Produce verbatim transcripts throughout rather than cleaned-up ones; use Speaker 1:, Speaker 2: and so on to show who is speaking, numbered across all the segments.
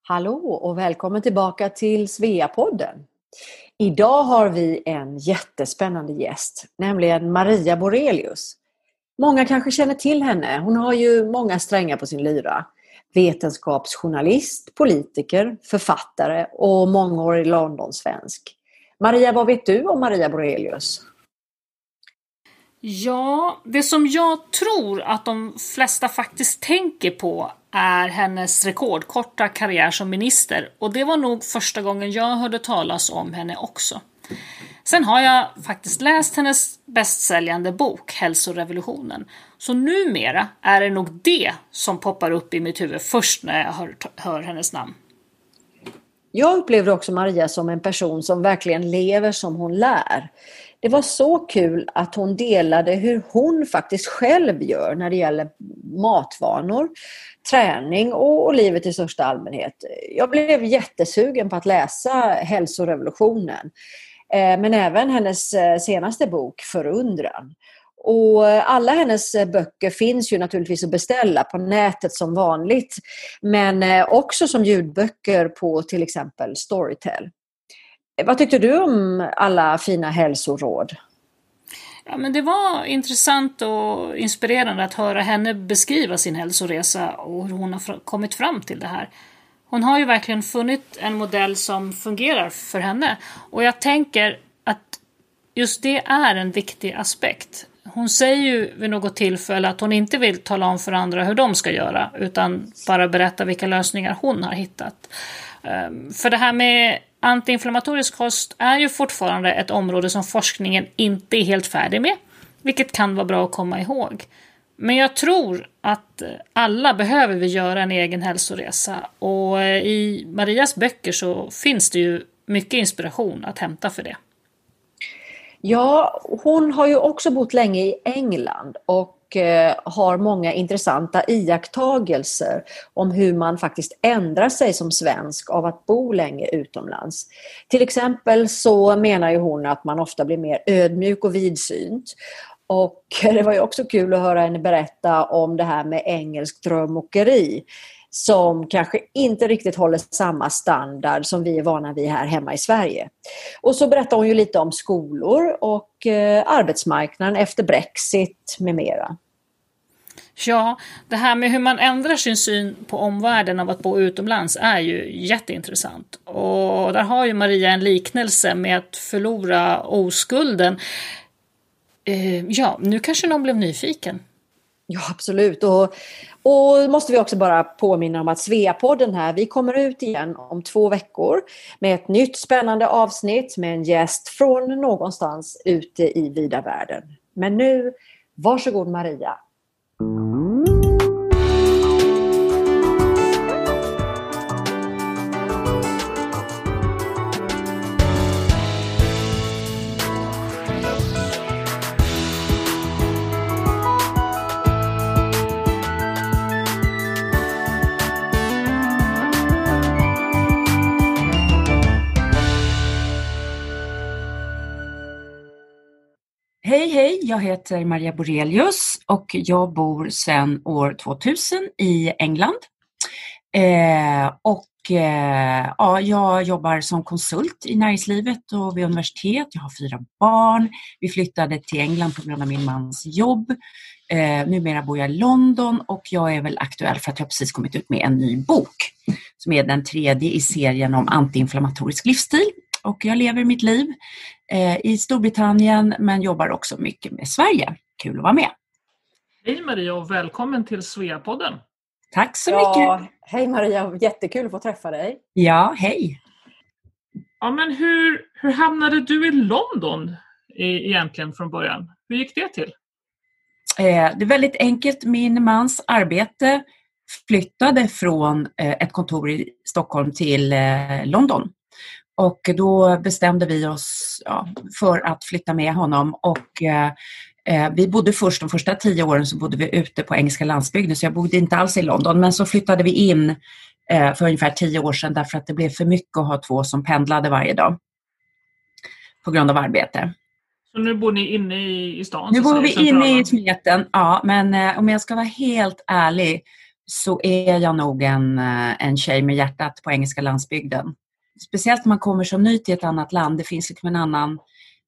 Speaker 1: Hallå och välkommen tillbaka till Sveapodden. Idag har vi en jättespännande gäst, nämligen Maria Borelius. Många kanske känner till henne. Hon har ju många strängar på sin lyra. Vetenskapsjournalist, politiker, författare och mångårig Londonsvensk. Maria, vad vet du om Maria Borelius?
Speaker 2: Ja, det som jag tror att de flesta faktiskt tänker på är hennes rekordkorta karriär som minister. Och det var nog första gången jag hörde talas om henne också. Sen har jag faktiskt läst hennes bästsäljande bok Hälsorevolutionen. Så numera är det nog det som poppar upp i mitt huvud först när jag hör, hör hennes namn.
Speaker 1: Jag upplevde också Maria som en person som verkligen lever som hon lär. Det var så kul att hon delade hur hon faktiskt själv gör när det gäller matvanor, träning och, och livet i största allmänhet. Jag blev jättesugen på att läsa Hälsorevolutionen, eh, men även hennes senaste bok Förundran. Och alla hennes böcker finns ju naturligtvis att beställa på nätet som vanligt, men också som ljudböcker på till exempel Storytel. Vad tyckte du om alla fina hälsoråd?
Speaker 2: Ja, men det var intressant och inspirerande att höra henne beskriva sin hälsoresa och hur hon har kommit fram till det här. Hon har ju verkligen funnit en modell som fungerar för henne. Och jag tänker att just det är en viktig aspekt. Hon säger ju vid något tillfälle att hon inte vill tala om för andra hur de ska göra, utan bara berätta vilka lösningar hon har hittat. För det här med antiinflammatorisk kost är ju fortfarande ett område som forskningen inte är helt färdig med, vilket kan vara bra att komma ihåg. Men jag tror att alla behöver vi göra en egen hälsoresa, och i Marias böcker så finns det ju mycket inspiration att hämta för det.
Speaker 1: Ja, hon har ju också bott länge i England och har många intressanta iakttagelser om hur man faktiskt ändrar sig som svensk av att bo länge utomlands. Till exempel så menar ju hon att man ofta blir mer ödmjuk och vidsynt. Och det var ju också kul att höra henne berätta om det här med engelsk drömokeri, som kanske inte riktigt håller samma standard som vi är vana vid här hemma i Sverige. Och så berättar hon ju lite om skolor och eh, arbetsmarknaden efter Brexit med mera.
Speaker 2: Ja, det här med hur man ändrar sin syn på omvärlden av att bo utomlands är ju jätteintressant. Och där har ju Maria en liknelse med att förlora oskulden. Eh, ja, nu kanske någon blev nyfiken.
Speaker 1: Ja, absolut. Och, och måste vi också bara påminna om att Sveapodden här, vi kommer ut igen om två veckor med ett nytt spännande avsnitt med en gäst från någonstans ute i vida världen. Men nu, varsågod Maria.
Speaker 3: Hej hej, jag heter Maria Borelius och jag bor sedan år tvåtusen i England. Eh, och eh, ja, jag jobbar som konsult i näringslivet och vid universitet. Jag har fyra barn. Vi flyttade till England på grund av min mans jobb. Eh, numera bor jag i London och jag är väl aktuell för att jag precis kommit ut med en ny bok som är den tredje i serien om antiinflammatorisk livsstil. Och jag lever mitt liv eh, i Storbritannien men jobbar också mycket med Sverige. Kul att vara med.
Speaker 4: Hej Maria och välkommen till Sveapodden.
Speaker 3: Tack så
Speaker 1: ja,
Speaker 3: mycket.
Speaker 1: Hej Maria, jättekul att få träffa dig.
Speaker 3: Ja, hej.
Speaker 4: Ja, men hur, hur hamnade du i London i, egentligen från början? Hur gick det till?
Speaker 3: Eh, det är väldigt enkelt. Min mans arbete flyttade från eh, ett kontor i Stockholm till eh, London. Och då bestämde vi oss ja, för att flytta med honom och eh, vi bodde först, de första tio åren så bodde vi ute på engelska landsbygden så jag bodde inte alls i London. Men så flyttade vi in eh, för ungefär tio år sedan därför att det blev för mycket att ha två som pendlade varje dag på grund av arbete.
Speaker 4: Så nu bor ni inne i, i stan?
Speaker 3: Nu bor vi
Speaker 4: centrala.
Speaker 3: inne i smeten, ja, men eh, om jag ska vara helt ärlig så är jag nog en, en tjej med hjärtat på engelska landsbygden. Speciellt när man kommer som ny till ett annat land. Det finns liksom en annan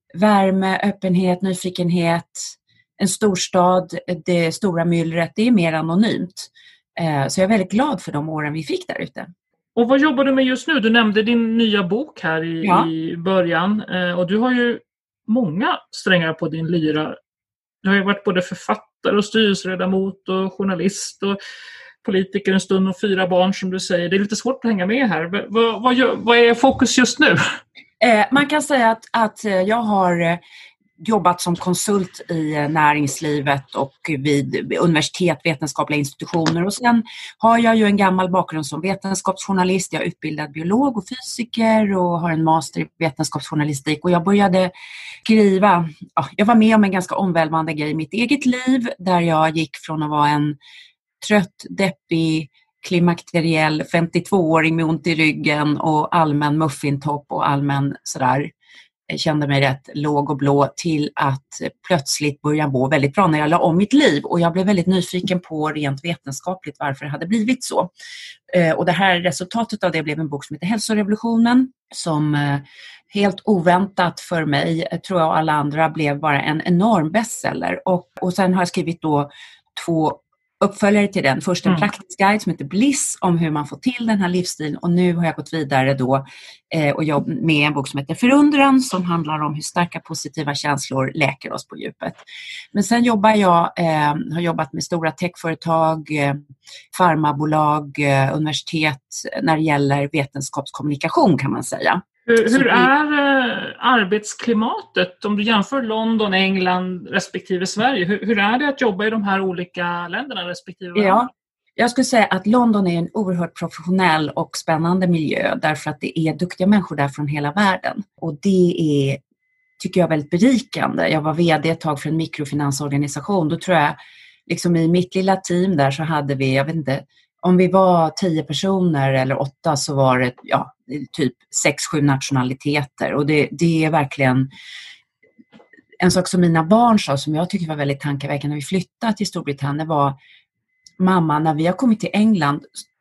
Speaker 3: värme, öppenhet, nyfikenhet. En storstad, det stora myllret, det är mer anonymt. Så jag är väldigt glad för de åren vi fick där ute.
Speaker 4: Och vad jobbar du med just nu? Du nämnde din nya bok här i,
Speaker 3: ja.
Speaker 4: i början. Och du har ju många strängar på din lyra. Du har ju varit både författare och styrelseledamot och journalist och politiker en stund och fyra barn som du säger. Det är lite svårt att hänga med här. Vad, vad, gör, vad är fokus just nu?
Speaker 3: Eh, man kan säga att, att jag har jobbat som konsult i näringslivet och vid universitet, vetenskapliga institutioner. Och sen har jag ju en gammal bakgrund som vetenskapsjournalist. Jag är utbildad biolog och fysiker och har en master i vetenskapsjournalistik. Och jag började skriva, ja, jag var med om en ganska omvälvande grej i mitt eget liv. Där jag gick från att vara en trött, deppig, klimakteriell femtiotvååring med ont i ryggen och allmän muffintopp och allmän sådär. Jag kände mig rätt låg och blå till att plötsligt börja må väldigt bra när jag la om mitt liv. Och jag blev väldigt nyfiken på rent vetenskapligt varför det hade blivit så. Och det här resultatet av det blev en bok som heter Hälsorevolutionen. Som helt oväntat för mig, tror jag och alla andra, blev bara en enorm bestseller. Och, och sen har jag skrivit då två uppföljare till den. Först en mm. praktisk guide som heter Bliss om hur man får till den här livsstilen. Och nu har jag gått vidare då eh, och jobbat med en bok som heter Förundran som handlar om hur starka positiva känslor läker oss på djupet. Men sen jobbar jag, eh, har jobbat med stora techföretag, eh, farmabolag, eh, universitet när det gäller vetenskapskommunikation kan man säga.
Speaker 4: Hur, hur är eh, arbetsklimatet om du jämför London, England respektive Sverige? Hur, hur är det att jobba i de här olika länderna respektive varandra?
Speaker 3: Ja, jag skulle säga att London är en oerhört professionell och spännande miljö därför att det är duktiga människor där från hela världen. Och det är, tycker jag, väldigt berikande. Jag var vd ett tag för en mikrofinansorganisation. Då tror jag, liksom i mitt lilla team där så hade vi, jag vet inte, om vi var tio personer eller åtta så var det ja, typ sex, sju nationaliteter. Och det, det är verkligen en sak som mina barn sa som jag tycker var väldigt tankeväckande när vi flyttade till Storbritannien var mamma, när vi har kommit till England,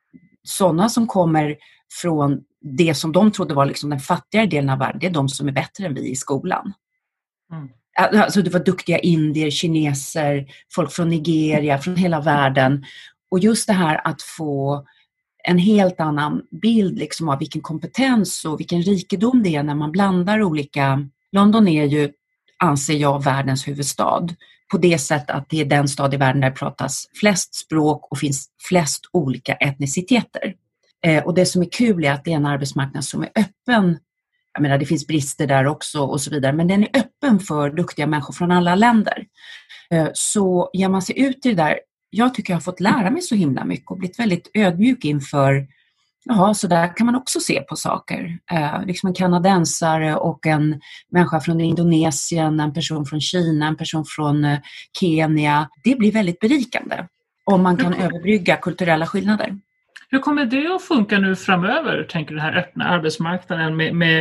Speaker 3: sådana som kommer från det som de trodde var liksom den fattigare delen av världen, det är de som är bättre än vi i skolan. Mm. Alltså det var duktiga indier, kineser, folk från Nigeria, från hela världen. Och just det här att få en helt annan bild liksom av vilken kompetens och vilken rikedom det är när man blandar olika. London är ju, anser jag, världens huvudstad. På det sättet att det är den stad i världen där det pratas flest språk och finns flest olika etniciteter. Eh, och det som är kul är att det är en arbetsmarknad som är öppen. Jag menar, det finns brister där också och så vidare. Men den är öppen för duktiga människor från alla länder. Eh, så ger man sig ut i det där. Jag tycker jag har fått lära mig så himla mycket och blivit väldigt ödmjuk inför, jaha, så där kan man också se på saker. Eh, liksom en kanadensare och en människa från Indonesien, en person från Kina, en person från eh, Kenya. Det blir väldigt berikande om man kan överbrygga kulturella skillnader.
Speaker 4: Hur kommer det att funka nu framöver, tänker du, den här öppna arbetsmarknaden med, med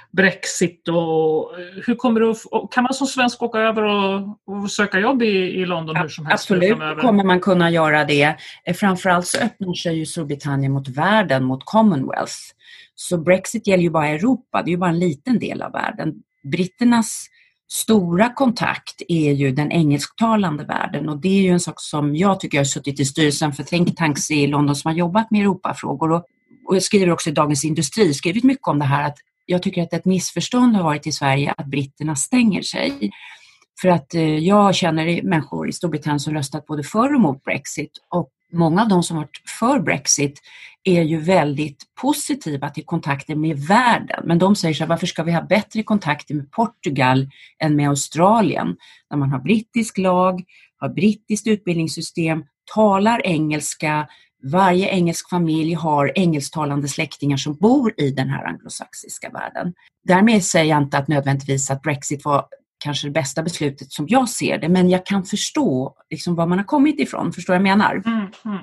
Speaker 4: Brexit och hur kommer det att, kan man som svensk åka över och, och söka jobb i, i London hur som helst?
Speaker 3: Absolut kommer man kunna göra det. Framförallt så öppnar sig ju Storbritannien mot världen, mot Commonwealth. Så Brexit gäller ju bara Europa, det är ju bara en liten del av världen. Britternas stora kontakt är ju den engelsktalande världen och det är ju en sak som jag tycker jag har suttit i styrelsen för think tanks i London som har jobbat med Europafrågor och, och jag skriver också i Dagens Industri, skrivit mycket om det här att jag tycker att ett missförstånd har varit i Sverige att britterna stänger sig. För att eh, jag känner människor i Storbritannien som röstat både för och mot Brexit och många av de som varit för Brexit är ju väldigt positiva till kontakter med världen. Men de säger så här, varför ska vi ha bättre kontakter med Portugal än med Australien? När man har brittisk lag, har brittiskt utbildningssystem, talar engelska. Varje engelsk familj har engelsktalande släktingar som bor i den här anglosaxiska världen. Därmed säger jag inte att nödvändigtvis att Brexit var kanske det bästa beslutet som jag ser det. Men jag kan förstå liksom var man har kommit ifrån. Förstår jag menar?
Speaker 4: Mm, mm.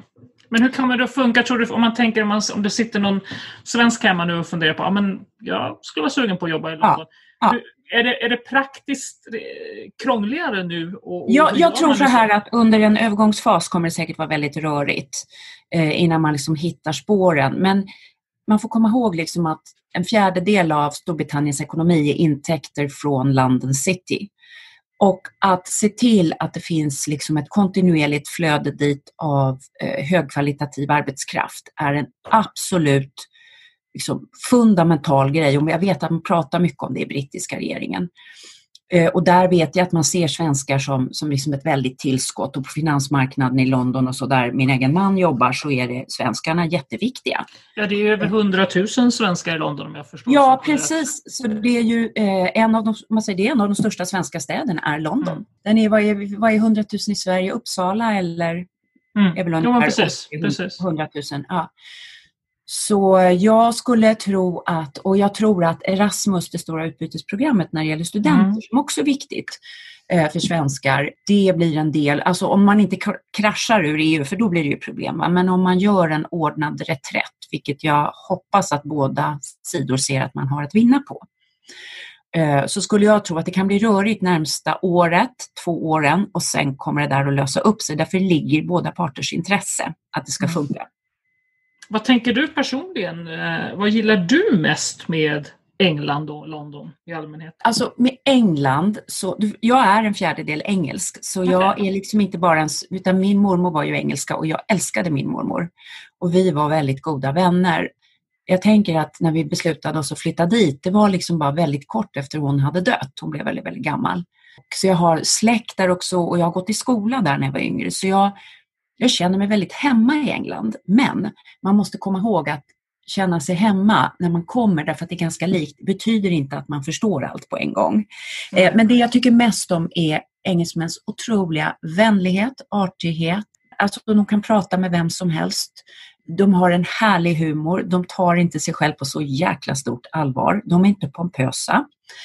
Speaker 4: Men hur kommer det att funka, tror du, om man tänker om, man, om det sitter någon svensk hemma nu och funderar på, ja men jag skulle vara sugen på att jobba i London. Ja, ja. Hur, är, det, är det praktiskt krångligare nu? Och, och
Speaker 3: ja, jag tror så här att under en övergångsfas kommer det säkert vara väldigt rörigt eh, innan man liksom hittar spåren. Men man får komma ihåg liksom att en fjärdedel av Storbritanniens ekonomi är intäkter från London City. Och att se till att det finns liksom ett kontinuerligt flöde dit av eh, högkvalitativ arbetskraft är en absolut liksom, fundamental grej. Och jag vet att man pratar mycket om det i brittiska regeringen. Eh, och där vet jag att man ser svenskar som, som liksom ett väldigt tillskott. Och på finansmarknaden i London och så där min egen man jobbar så är det svenskarna jätteviktiga.
Speaker 4: Ja, det är över hundratusen svenskar i London om jag förstår.
Speaker 3: Ja, precis. Så det är ju eh, en av de, man säger, det är en av de största svenska städerna är London. Mm. Den är, vad är, vad är hundratusen i Sverige? Uppsala eller?
Speaker 4: Mm. Är väl ja, precis. precis.
Speaker 3: hundratusen, ja. Så jag skulle tro att, och jag tror att Erasmus, det stora utbytesprogrammet när det gäller studenter, mm. som också är viktigt eh, för svenskar, det blir en del, alltså om man inte kraschar ur E U, för då blir det ju problem, men om man gör en ordnad reträtt, vilket jag hoppas att båda sidor ser att man har att vinna på, eh, så skulle jag tro att det kan bli rörigt närmsta året, två åren, och sen kommer det där att lösa upp sig, därför ligger båda parters intresse att det ska funka.
Speaker 4: Vad tänker du personligen? Eh, vad gillar du mest med England och London i allmänhet?
Speaker 3: Alltså med England, så jag är en fjärdedel engelsk. Så okay. Jag är liksom inte bara en, utan min mormor var ju engelska och jag älskade min mormor. Och vi var väldigt goda vänner. Jag tänker att när vi beslutade oss att flytta dit, det var liksom bara väldigt kort efter hon hade dött. Hon blev väldigt, väldigt gammal. Så jag har släkt där också och jag har gått i skola där när jag var yngre. Så jag... Jag känner mig väldigt hemma i England, men man måste komma ihåg att känna sig hemma när man kommer, därför att det är ganska likt, betyder inte att man förstår allt på en gång. Eh, men det jag tycker mest om är engelsmäns otroliga vänlighet, artighet. Alltså de kan prata med vem som helst. De har en härlig humor, de tar inte sig själv på så jäkla stort allvar. De är inte pompösa.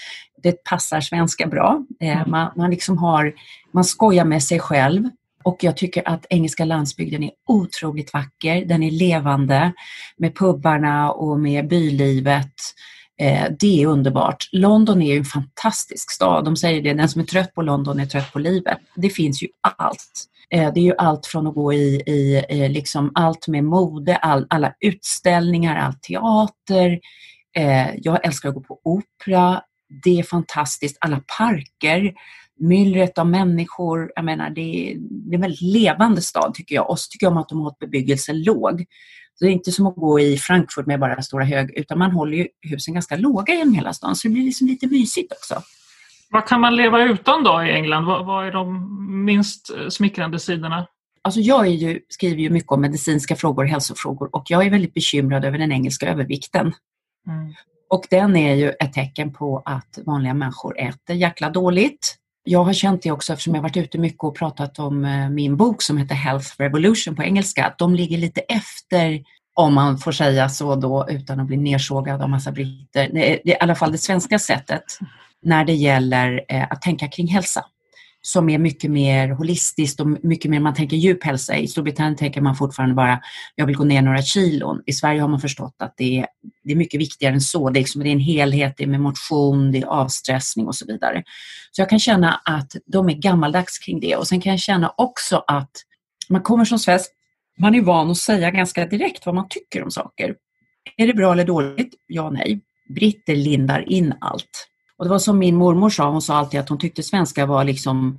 Speaker 3: Det passar svenska bra. Eh, man, man, liksom har, man skojar med sig själv. Och jag tycker att engelska landsbygden är otroligt vacker. Den är levande med pubbarna och med bylivet. Eh, det är underbart. London är ju en fantastisk stad. De säger det, den som är trött på London är trött på livet. Det finns ju allt. Eh, det är ju allt från att gå i, i, i liksom allt med mode, all, alla utställningar, all teater. Eh, jag älskar att gå på opera. Det är fantastiskt. Alla parker. Myllret av människor, jag menar det är, det är en väldigt levande stad tycker jag. Och så tycker jag om att de har ett bebyggelse låg. Så det är inte som att gå i Frankfurt med bara stora hög, utan man håller ju husen ganska låga genom hela stan. Så det blir liksom lite mysigt också.
Speaker 4: Vad kan man leva utan då i England? Vad, vad är de minst smickrande sidorna?
Speaker 3: Alltså jag är ju, skriver ju mycket om medicinska frågor och hälsofrågor. Och jag är väldigt bekymrad över den engelska övervikten. Mm. Och den är ju ett tecken på att vanliga människor äter jäkla dåligt. Jag har känt det också eftersom jag har varit ute mycket och pratat om min bok som heter Health Revolution på engelska. Att de ligger lite efter, om man får säga så då, utan att bli nersågad av massa britter. Det är i alla fall det svenska sättet när det gäller att tänka kring hälsa. Som är mycket mer holistiskt och mycket mer man tänker djup hälsa. I Storbritannien tänker man fortfarande bara, jag vill gå ner några kilon. I Sverige har man förstått att det är, det är mycket viktigare än så. Det är, liksom, det är en helhet, det är med motion, det är avstressning och så vidare. Så jag kan känna att de är gammaldags kring det. Och sen kan jag känna också att man kommer som svensk, man är van att säga ganska direkt vad man tycker om saker. Är det bra eller dåligt? Ja, nej. Britter lindar in allt. Och det var som min mormor sa, hon sa alltid att hon tyckte svenska var liksom,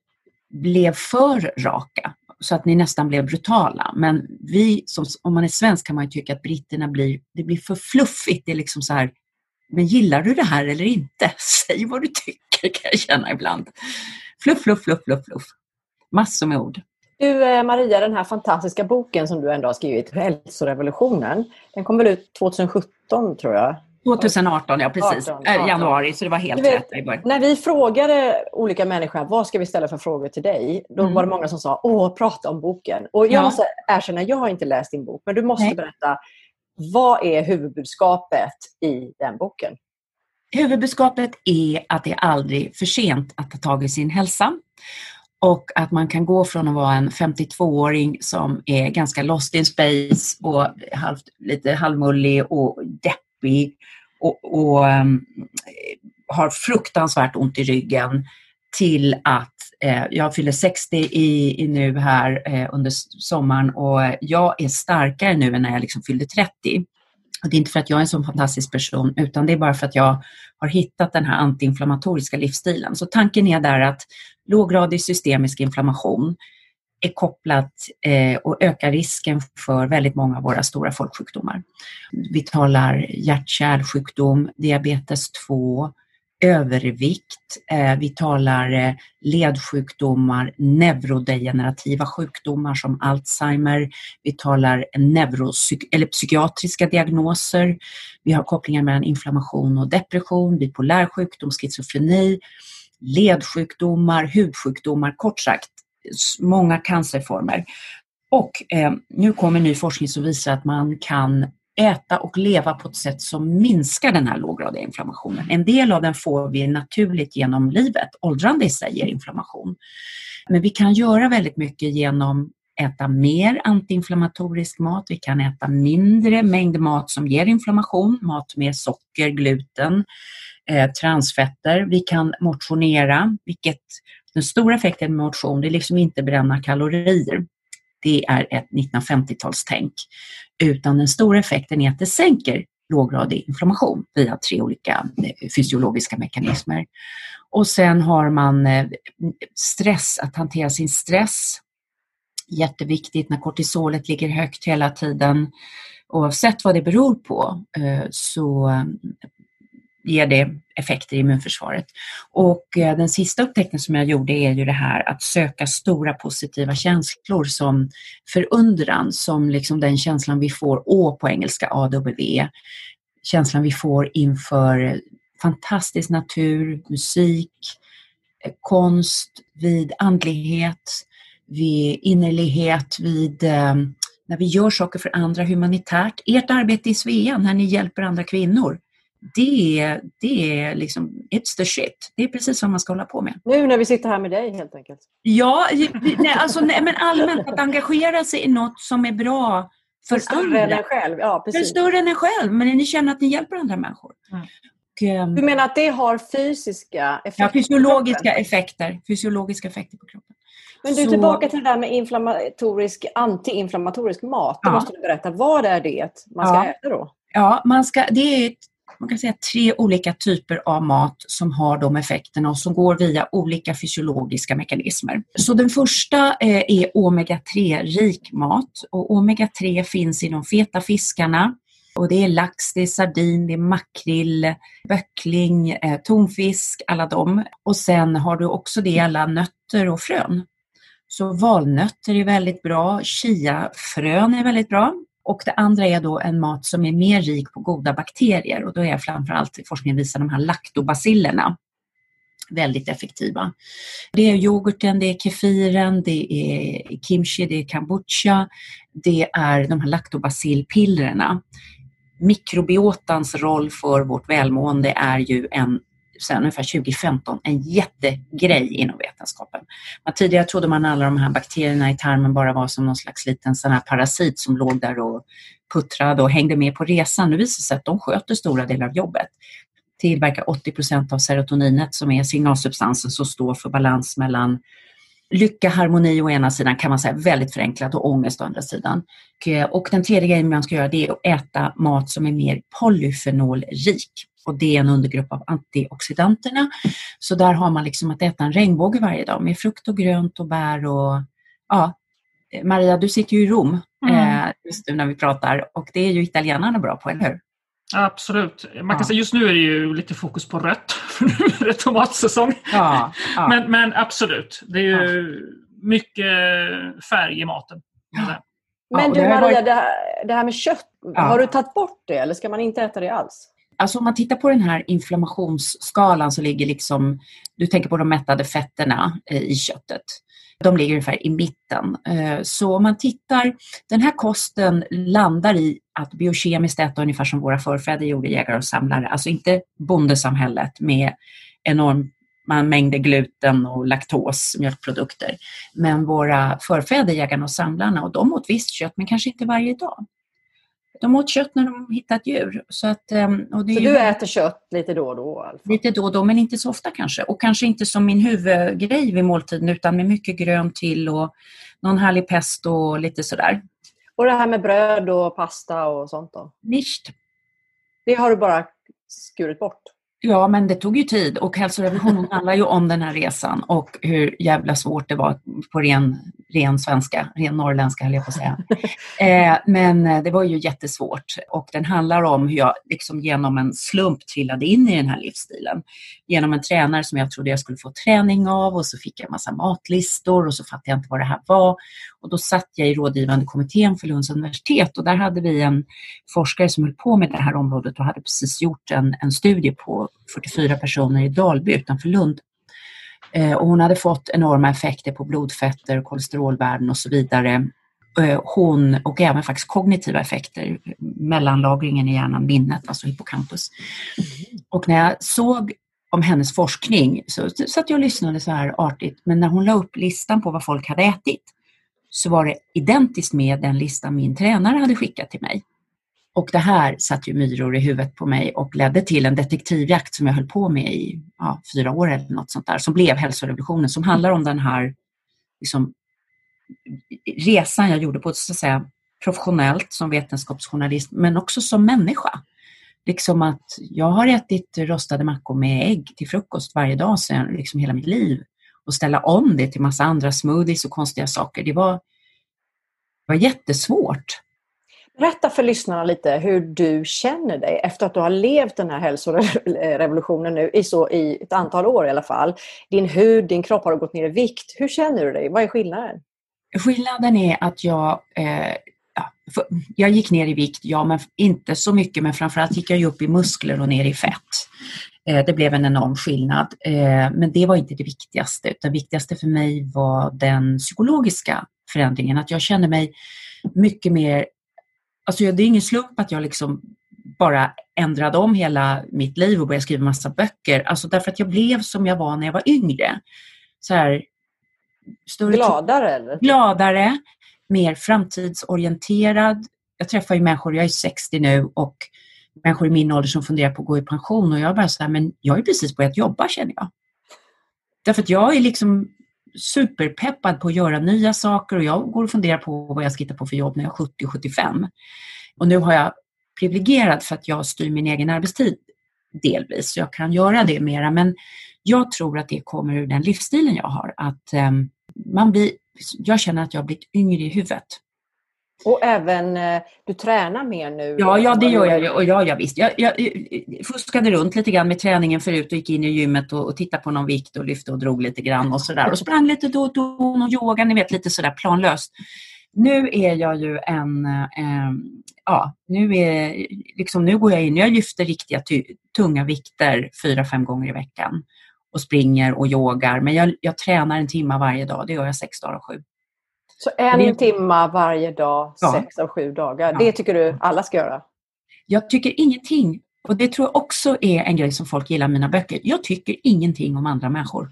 Speaker 3: blev för raka. Så att ni nästan blev brutala. Men vi, som, om man är svensk kan man ju tycka att britterna blir, det blir för fluffigt. Det är liksom så här, men gillar du det här eller inte? Säg vad du tycker, kan jag känna ibland. Fluff, fluff, fluff, fluff, fluff. Massor med ord.
Speaker 1: Du Maria, den här fantastiska boken som du ändå har skrivit, Hälsorevolutionen, den kom väl ut tjugosjutton tror jag?
Speaker 3: tjugoarton, ja precis. arton, arton. Januari, så det var helt vet, rätt.
Speaker 1: När vi frågade olika människor, vad ska vi ställa för frågor till dig? Då mm. var det många som sa, åh, prata om boken. Och jag ja. måste erkänna, jag har inte läst din bok, men du måste Nej. berätta, vad är huvudbudskapet i den boken?
Speaker 3: Huvudbudskapet är att det är aldrig för sent att ta tag i sin hälsa. Och att man kan gå från att vara en femtiotvååring som är ganska lost in space och halvt, lite halvmullig och deppig och, och um, har fruktansvärt ont i ryggen till att eh, jag fyller sextio i, i nu här eh, under sommaren och jag är starkare nu än när jag liksom fyllde trettio. Och det är inte för att jag är en sån fantastisk person utan det är bara för att jag har hittat den här antiinflammatoriska livsstilen. Så tanken är där att låggradig systemisk inflammation är kopplat eh, och ökar risken för väldigt många av våra stora folksjukdomar. Vi talar hjärt-kärlsjukdom, diabetes två, övervikt, eh, vi talar eh, ledsjukdomar, neurodegenerativa sjukdomar som Alzheimer, vi talar neuropsyk- eller psykiatriska diagnoser, vi har kopplingar mellan inflammation och depression, bipolär sjukdom, schizofreni, ledsjukdomar, hudsjukdomar, kort sagt många cancerformer. Och eh, nu kommer ny forskning som visar att man kan äta och leva på ett sätt som minskar den här låggradiga inflammationen. En del av den får vi naturligt genom livet. Åldrande i sig ger inflammation. Men vi kan göra väldigt mycket genom äta mer antiinflammatorisk mat. Vi kan äta mindre mängd mat som ger inflammation. Mat med socker, gluten, eh, transfetter. Vi kan motionera, vilket den stora effekten med motion det är liksom inte bränna kalorier. Det är ett nittonhundrafemtiotalstänk. Utan den stora effekten är att det sänker låggradig inflammation via tre olika fysiologiska mekanismer. Och sen har man stress, att hantera sin stress. Jätteviktigt när kortisolet ligger högt hela tiden. Oavsett vad det beror på så ger det effekter i immunförsvaret. Och den sista upptäckten som jag gjorde är ju det här att söka stora positiva känslor som förundran, som liksom den känslan vi får, å på engelska, A W, känslan vi får inför fantastisk natur, musik, konst, vid andlighet, vid innerlighet, vid när vi gör saker för andra humanitärt. Ert arbete i Svea när ni hjälper andra kvinnor. Det är, det är liksom, it's the shit. Det är precis vad man ska hålla på med.
Speaker 1: Nu när vi sitter här med dig helt enkelt.
Speaker 3: Ja, nej, alltså, nej, men allmänt att engagera sig i något som är bra för, för andra.
Speaker 1: Än en själv. Ja, precis.
Speaker 3: För större än en själv, men ni känner att ni hjälper andra människor. Mm. Och, um,
Speaker 1: du menar att det har fysiska effekter?
Speaker 3: Ja, fysiologiska effekter. Fysiologiska effekter på kroppen.
Speaker 1: Men du,
Speaker 3: Så,
Speaker 1: tillbaka till det där med inflammatorisk, antiinflammatorisk mat. Då ja. måste du berätta, vad är det man ska ja. äta då?
Speaker 3: Ja, man ska, det är man kan säga tre olika typer av mat som har de effekterna och som går via olika fysiologiska mekanismer. Så den första eh, är omega tre-rik mat. Och omega tre finns i de feta fiskarna. Och det är lax, det är sardin, det är makrill, böckling, eh, tonfisk, alla dem. Och sen har du också det alla nötter och frön. Så valnötter är väldigt bra, chiafrön är väldigt bra. Och det andra är då en mat som är mer rik på goda bakterier. Och då är framförallt forskningen visar de här laktobacillerna väldigt effektiva. Det är yoghurten, det är kefiren, det är kimchi, det är kombucha. Det är de här laktobacillpillerna. Mikrobiotans roll för vårt välmående är ju en sen ungefär tjugo femton en jättegrej inom vetenskapen. Man, tidigare trodde man alla de här bakterierna i tarmen bara var som någon slags liten sån här parasit som låg där och puttrade och hängde med på resan. Nu visar det sig att de sköter stora delar av jobbet. Tillverkar åttio procent av serotoninet som är signalsubstansen som står för balans mellan lycka, harmoni å ena sidan kan man säga väldigt förenklat och ångest å andra sidan. Och den tredje grejen man ska göra det är att äta mat som är mer polyfenolrik. Och det är en undergrupp av antioxidanterna. Så där har man liksom att äta en regnbåge varje dag med frukt och grönt och bär och ja. Maria, du sitter ju i Rom mm. eh, just nu när vi pratar och det är ju italienarna bra på, eller hur?
Speaker 4: Absolut. Man kan ja. säga just nu är det ju lite fokus på rött för nu är det tomatsäsong. Ja, ja. Men, men absolut, det är ju ja. mycket färg i maten.
Speaker 1: Ja. Men du Maria, det här, det här med kött, ja. har du tagit bort det eller ska man inte äta det alls?
Speaker 3: Alltså om man tittar på den här inflammationsskalan så ligger liksom, du tänker på de mättade fetterna i köttet. De ligger ungefär i mitten. Så om man tittar, den här kosten landar i att biokemiskt äta ungefär som våra förfäder gjorde, jägare och samlare. Alltså inte bondesamhället med enorm man mängde gluten och laktos, mjölkprodukter. Men våra förfäder, jägarna och samlarna, och de åt visst kött, men kanske inte varje dag. De åt kött när de hittat djur. Så, att, och det är
Speaker 1: så
Speaker 3: ju
Speaker 1: du äter kött lite då och då? Alltså.
Speaker 3: Lite då och då, men inte så ofta kanske. Och kanske inte som min huvudgrej vid måltiden, utan med mycket grönt till och någon härlig pesto och lite sådär.
Speaker 1: Och det här med bröd och pasta och sånt då?
Speaker 3: Nicht.
Speaker 1: Det har du bara skurit bort?
Speaker 3: Ja, men det tog ju tid, och hälsorevolutionen handlar ju om den här resan och hur jävla svårt det var på ren, ren svenska, ren norrländska höll jag på att säga. eh, men det var ju jättesvårt, och den handlar om hur jag liksom genom en slump trillade in i den här livsstilen. Genom en tränare som jag trodde jag skulle få träning av, och så fick jag en massa matlistor och så fattade jag inte vad det här var. Och då satt jag i rådgivande kommittén för Lunds universitet, och där hade vi en forskare som höll på med det här området och hade precis gjort en, en studie på fyrtiofyra personer i Dalby utanför Lund. Eh, och hon hade fått enorma effekter på blodfetter, kolesterolvärden och så vidare. Eh, hon, och även faktiskt kognitiva effekter, mellanlagringen i hjärnan, minnet, alltså hippocampus. Och när jag såg om hennes forskning så satt jag och lyssnade så här artigt, men när hon la upp listan på vad folk hade ätit så var det identiskt med den listan min tränare hade skickat till mig. Och det här satt ju myror i huvudet på mig och ledde till en detektivjakt som jag höll på med i ja, fyra år eller något sånt där, som blev hälsorevolutionen, som handlar om den här liksom, resan jag gjorde på så att säga professionellt som vetenskapsjournalist, men också som människa. Liksom att jag har ätit rostade mackor med ägg till frukost varje dag sedan liksom hela mitt liv. Och ställa om det till massa andra smoothies och konstiga saker. Det var, var jättesvårt.
Speaker 1: Berätta för lyssnarna lite hur du känner dig efter att du har levt den här hälsorevolutionen nu i, så, i ett antal år i alla fall. Din hud, din kropp har gått ner i vikt. Hur känner du dig? Vad är skillnaden?
Speaker 3: Skillnaden är att jag, eh, ja, jag gick ner i vikt, ja, men inte så mycket, men framförallt gick jag upp i muskler och ner i fett. Eh, det blev en enorm skillnad, eh, men det var inte det viktigaste. Det viktigaste för mig var den psykologiska förändringen, att jag kände mig mycket mer. Alltså det är ingen slump att jag liksom bara ändrade om hela mitt liv och började skriva massa böcker. Alltså därför att jag blev som jag var när jag var yngre. Så här, större
Speaker 1: gladare eller?
Speaker 3: Gladare, mer framtidsorienterad. Jag träffar ju människor, jag är sextio nu, och människor i min ålder som funderar på att gå i pension. Och jag bara så här, men jag är precis börjat jobba, känner jag. Därför att jag är liksom superpeppad på att göra nya saker, och jag går och funderar på vad jag ska hitta på för jobb när jag är sjuttio till sjuttiofem. Och nu har jag privilegierat för att jag styr min egen arbetstid delvis, så jag kan göra det mera. Men jag tror att det kommer ur den livsstilen jag har, att um, man blir, jag känner att jag har blivit yngre i huvudet.
Speaker 1: Och även, du tränar mer nu?
Speaker 3: Ja, ja det gör jag ju. Och ja, ja, visst. Jag, jag, jag fuskade runt lite grann med träningen förut och gick in i gymmet och, och tittade på någon vikt och lyfte och drog lite grann och sådär. Och sprang lite då och då och yoga, ni vet, lite sådär planlöst. Nu är jag ju en, eh, ja, nu är liksom, nu går jag in, jag lyfter riktiga ty, tunga vikter fyra, fem gånger i veckan och springer och yogar. Men jag, jag tränar en timme varje dag, det gör jag sex dagar och sju.
Speaker 1: Så en det... timma varje dag,
Speaker 3: ja.
Speaker 1: sex av sju dagar.
Speaker 3: Ja.
Speaker 1: Det tycker du alla ska göra?
Speaker 3: Jag tycker ingenting. Och det tror jag också är en grej som folk gillar i mina böcker. Jag tycker ingenting om andra människor.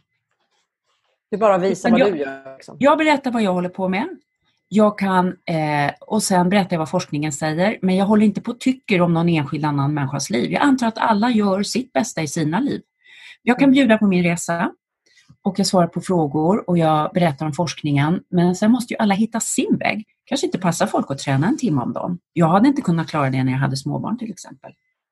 Speaker 1: Du bara visar vad
Speaker 3: jag,
Speaker 1: du gör. Liksom.
Speaker 3: Jag berättar vad jag håller på med. Jag kan, eh, och sen berättar jag vad forskningen säger. Men jag håller inte på och tycker om någon enskild annan människas liv. Jag antar att alla gör sitt bästa i sina liv. Jag kan bjuda på min resa. Och jag svarar på frågor och jag berättar om forskningen. Men sen måste ju alla hitta sin väg. Kanske inte passar folk att träna en timme om dagen. Jag hade inte kunnat klara det när jag hade småbarn till exempel.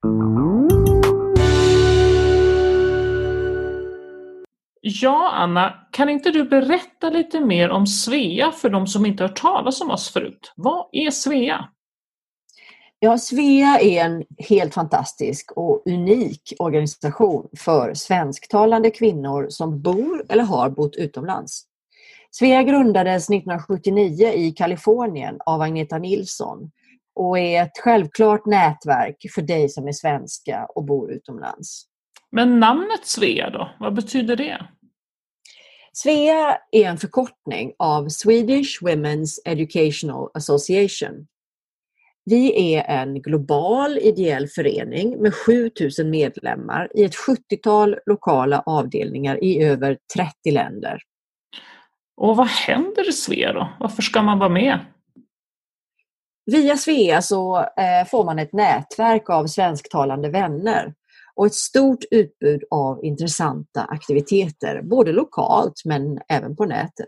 Speaker 4: Ja, Anna, kan inte du berätta lite mer om Svea för de som inte har hört talas om oss förut? Vad är Svea?
Speaker 1: Ja, Svea är en helt fantastisk och unik organisation för svensktalande kvinnor som bor eller har bott utomlands. Svea grundades nittonhundrasjuttionio i Kalifornien av Agneta Nilsson och är ett självklart nätverk för dig som är svenska och bor utomlands.
Speaker 4: Men namnet Svea då, vad betyder det?
Speaker 1: Svea är en förkortning av Swedish Women's Educational Association. Vi är en global ideell förening med sju tusen medlemmar i ett sjuttiotal lokala avdelningar i över trettio länder.
Speaker 4: Och vad händer i Svea då? Varför ska man vara med?
Speaker 1: Via Svea så eh, får man ett nätverk av svensktalande vänner och ett stort utbud av intressanta aktiviteter, både lokalt men även på nätet.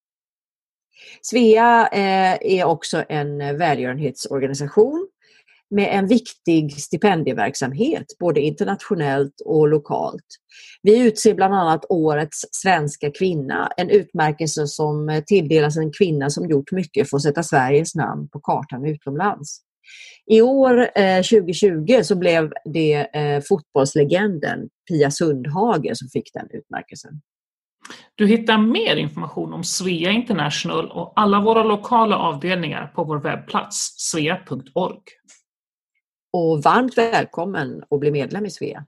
Speaker 1: Svea eh, är också en välgörenhetsorganisation med en viktig stipendieverksamhet både internationellt och lokalt. Vi utser bland annat årets svenska kvinna, en utmärkelse som tilldelas en kvinna som gjort mycket för att sätta Sveriges namn på kartan utomlands. I år eh, tjugo tjugo så blev det eh, fotbollslegenden Pia Sundhage som fick den utmärkelsen.
Speaker 4: Du hittar mer information om Svea International och alla våra lokala avdelningar på vår webbplats svea punkt org.
Speaker 1: Och varmt välkommen att bli medlem i Svea.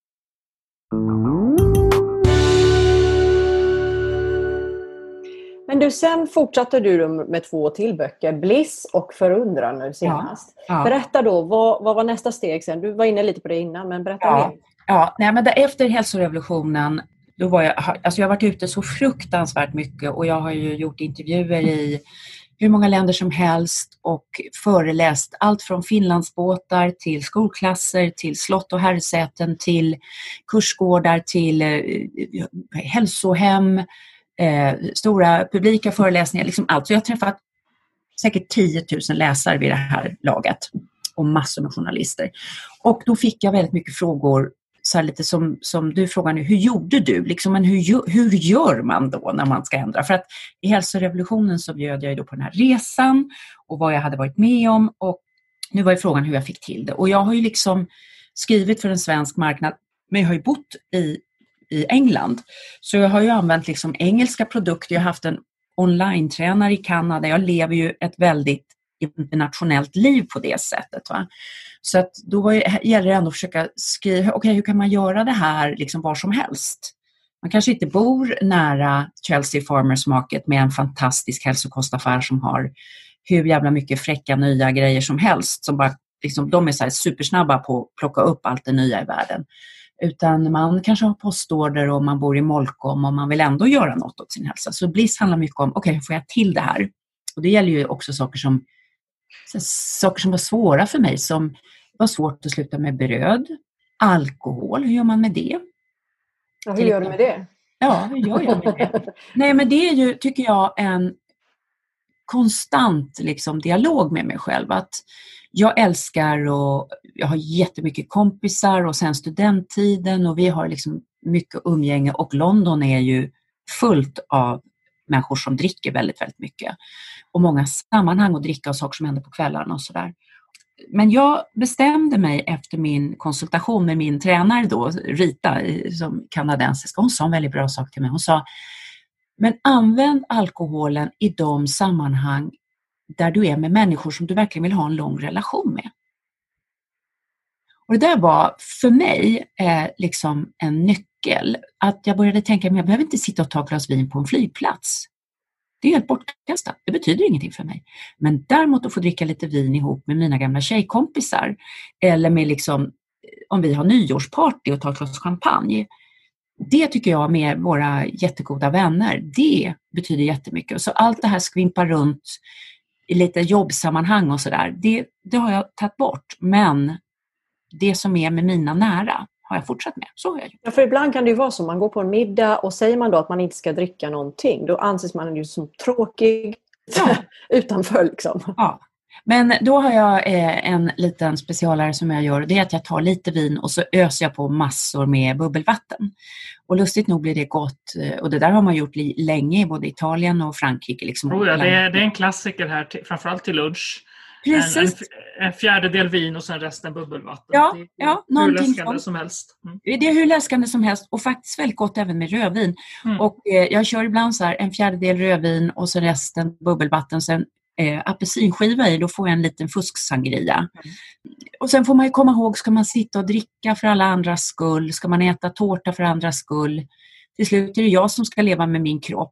Speaker 1: Men du, sen fortsatte du med två till böcker, Bliss och Förundran nu senast. Ja, ja. Berätta då, vad, vad var nästa steg sen? Du var inne lite på det innan, men berätta
Speaker 3: ja,
Speaker 1: mer.
Speaker 3: Ja, nej, men efter hälsorevolutionen, då var jag, alltså jag har varit ute så fruktansvärt mycket och jag har ju gjort intervjuer i hur många länder som helst och föreläst allt från finlandsbåtar till skolklasser, till slott och herrsäten, till kursgårdar, till eh, hälsohem, eh, stora publika föreläsningar, liksom allt. Så jag har träffat säkert tio tusen läsare vid det här laget och massor med journalister. Och då fick jag väldigt mycket frågor, så här lite som, som du frågar nu, hur gjorde du? Liksom, men hur, hur gör man då när man ska ändra? För att i hälsorevolutionen så bjöd jag ju då på den här resan och vad jag hade varit med om. Och nu var ju frågan hur jag fick till det. Och jag har ju liksom skrivit för en svensk marknad, men jag har ju bott i, i England. Så jag har ju använt liksom engelska produkter. Jag har haft en online-tränare i Kanada. Jag lever ju ett väldigt internationellt liv på det sättet. Va? Så att då var det, gäller det ändå att försöka skriva, okej, okay, hur kan man göra det här liksom var som helst? Man kanske inte bor nära Chelsea Farmers Market med en fantastisk hälsokostaffär som har hur jävla mycket fräcka nya grejer som helst. Som bara, liksom, de är så här supersnabba på att plocka upp allt det nya i världen. Utan man kanske har postorder och man bor i Molkom och man vill ändå göra något åt sin hälsa. Så Bliss handlar mycket om, okej, okay, hur får jag till det här? Och det gäller ju också saker som saker som var svåra för mig, som var svårt att sluta med bröd, alkohol, hur gör man med det?
Speaker 1: Ja, hur gör du med det?
Speaker 3: Ja, hur gör jag med det? Nej, men det är ju, tycker jag, en konstant liksom, dialog med mig själv. Att jag älskar och jag har jättemycket kompisar och sen studenttiden och vi har liksom mycket umgänge och London är ju fullt av människor som dricker väldigt, väldigt mycket. Och många sammanhang att dricka och saker som händer på kvällarna och sådär. Men jag bestämde mig efter min konsultation med min tränare då, Rita, som kanadensiska. Hon sa en väldigt bra sak till mig. Hon sa, men använd alkoholen i de sammanhang där du är med människor som du verkligen vill ha en lång relation med. Och det där var för mig eh, liksom en nyckel. Att jag började tänka, men jag behöver inte sitta och ta ett glas vin på en flygplats. Det är helt bortkastat. Det betyder ingenting för mig. Men däremot att få dricka lite vin ihop med mina gamla tjejkompisar. Eller med liksom, om vi har nyårsparty och tar ett glas champagne. Det tycker jag med våra jättegoda vänner. Det betyder jättemycket. Så allt det här skvimpar runt i lite jobbsammanhang och sådär. Det, det har jag tagit bort. Men det som är med mina nära har jag fortsatt med. Så har jag gjort.
Speaker 1: Ja, för ibland kan det ju vara så. Man går på en middag och säger man då att man inte ska dricka någonting. Då anses man ju som tråkig ja. utanför liksom.
Speaker 3: Ja. Men då har jag eh, en liten specialare som jag gör. Det är att jag tar lite vin och så öser jag på massor med bubbelvatten. Och lustigt nog blir det gott. Och det där har man gjort li- länge i både Italien och Frankrike. Liksom.
Speaker 4: Oh ja, det, är, det är en klassiker här, till, framförallt till lunch. En, en, en fjärdedel vin och sen resten bubbelvatten.
Speaker 3: Ja,
Speaker 4: det är
Speaker 3: ja,
Speaker 4: hur läskande som helst. Mm.
Speaker 3: Det är hur läskande som helst och faktiskt väldigt gott även med rödvin. Mm. Och eh, jag kör ibland så här en fjärdedel rödvin och så resten bubbelvatten. Sen eh, apelsinskiva i, då får jag en liten fusksangria. Mm. Och sen får man ju komma ihåg, ska man sitta och dricka för alla andras skull? Ska man äta tårta för andras skull? Till slut är det jag som ska leva med min kropp.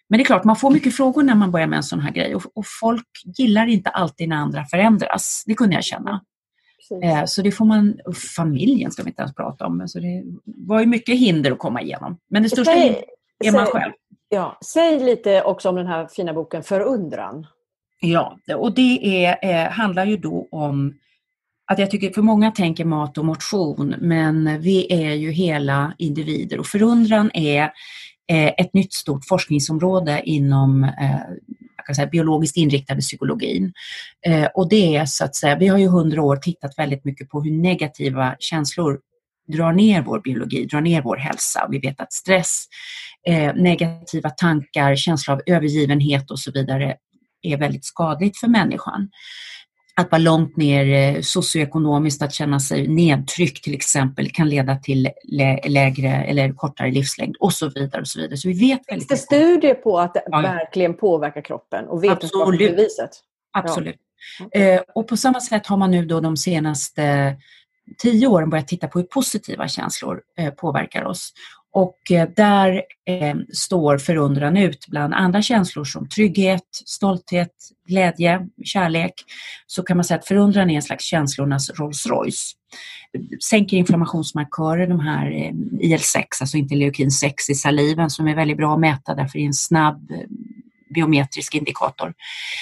Speaker 3: Men det är klart, man får mycket frågor när man börjar med en sån här grej. Och, och folk gillar inte alltid när andra förändras. Det kunde jag känna. Eh, så det får man, familjen ska vi inte ens prata om. Så det var ju mycket hinder att komma igenom. Men det största
Speaker 1: säg,
Speaker 3: hinder är man
Speaker 1: säg,
Speaker 3: själv.
Speaker 1: Ja, säg lite också om den här fina boken Förundran.
Speaker 3: Ja, och det är, eh, handlar ju då om att jag tycker, för många tänker mat och motion, men vi är ju hela individer. Och förundran är eh, ett nytt stort forskningsområde inom eh, jag kan säga, biologiskt inriktade psykologin. Eh, och det är så att säga, vi har ju hundra år tittat väldigt mycket på hur negativa känslor drar ner vår biologi, drar ner vår hälsa. Vi vet att stress, eh, negativa tankar, känsla av övergivenhet och så vidare är väldigt skadligt för människan. Att vara långt ner socioekonomiskt, att känna sig nedtryckt till exempel, kan leda till lä- lägre eller kortare livslängd och så vidare. Och så vidare. Så vi vet väldigt
Speaker 1: Finns det studier på att det
Speaker 3: ja.
Speaker 1: verkligen påverkar kroppen och vetenskapligt beviset?
Speaker 3: Absolut. Ja. Eh, och på samma sätt har man nu då de senaste tio åren börjat titta på hur positiva känslor eh, påverkar oss. Och eh, där eh, står förundran ut bland andra känslor som trygghet, stolthet, glädje, kärlek. Så kan man säga att förundran är en slags känslornas Rolls Royce. Sänker inflammationsmarkörer, de här eh, I L sex, alltså interleukin sex i saliven, som är väldigt bra att mäta, därför är en snabb eh, biometrisk indikator.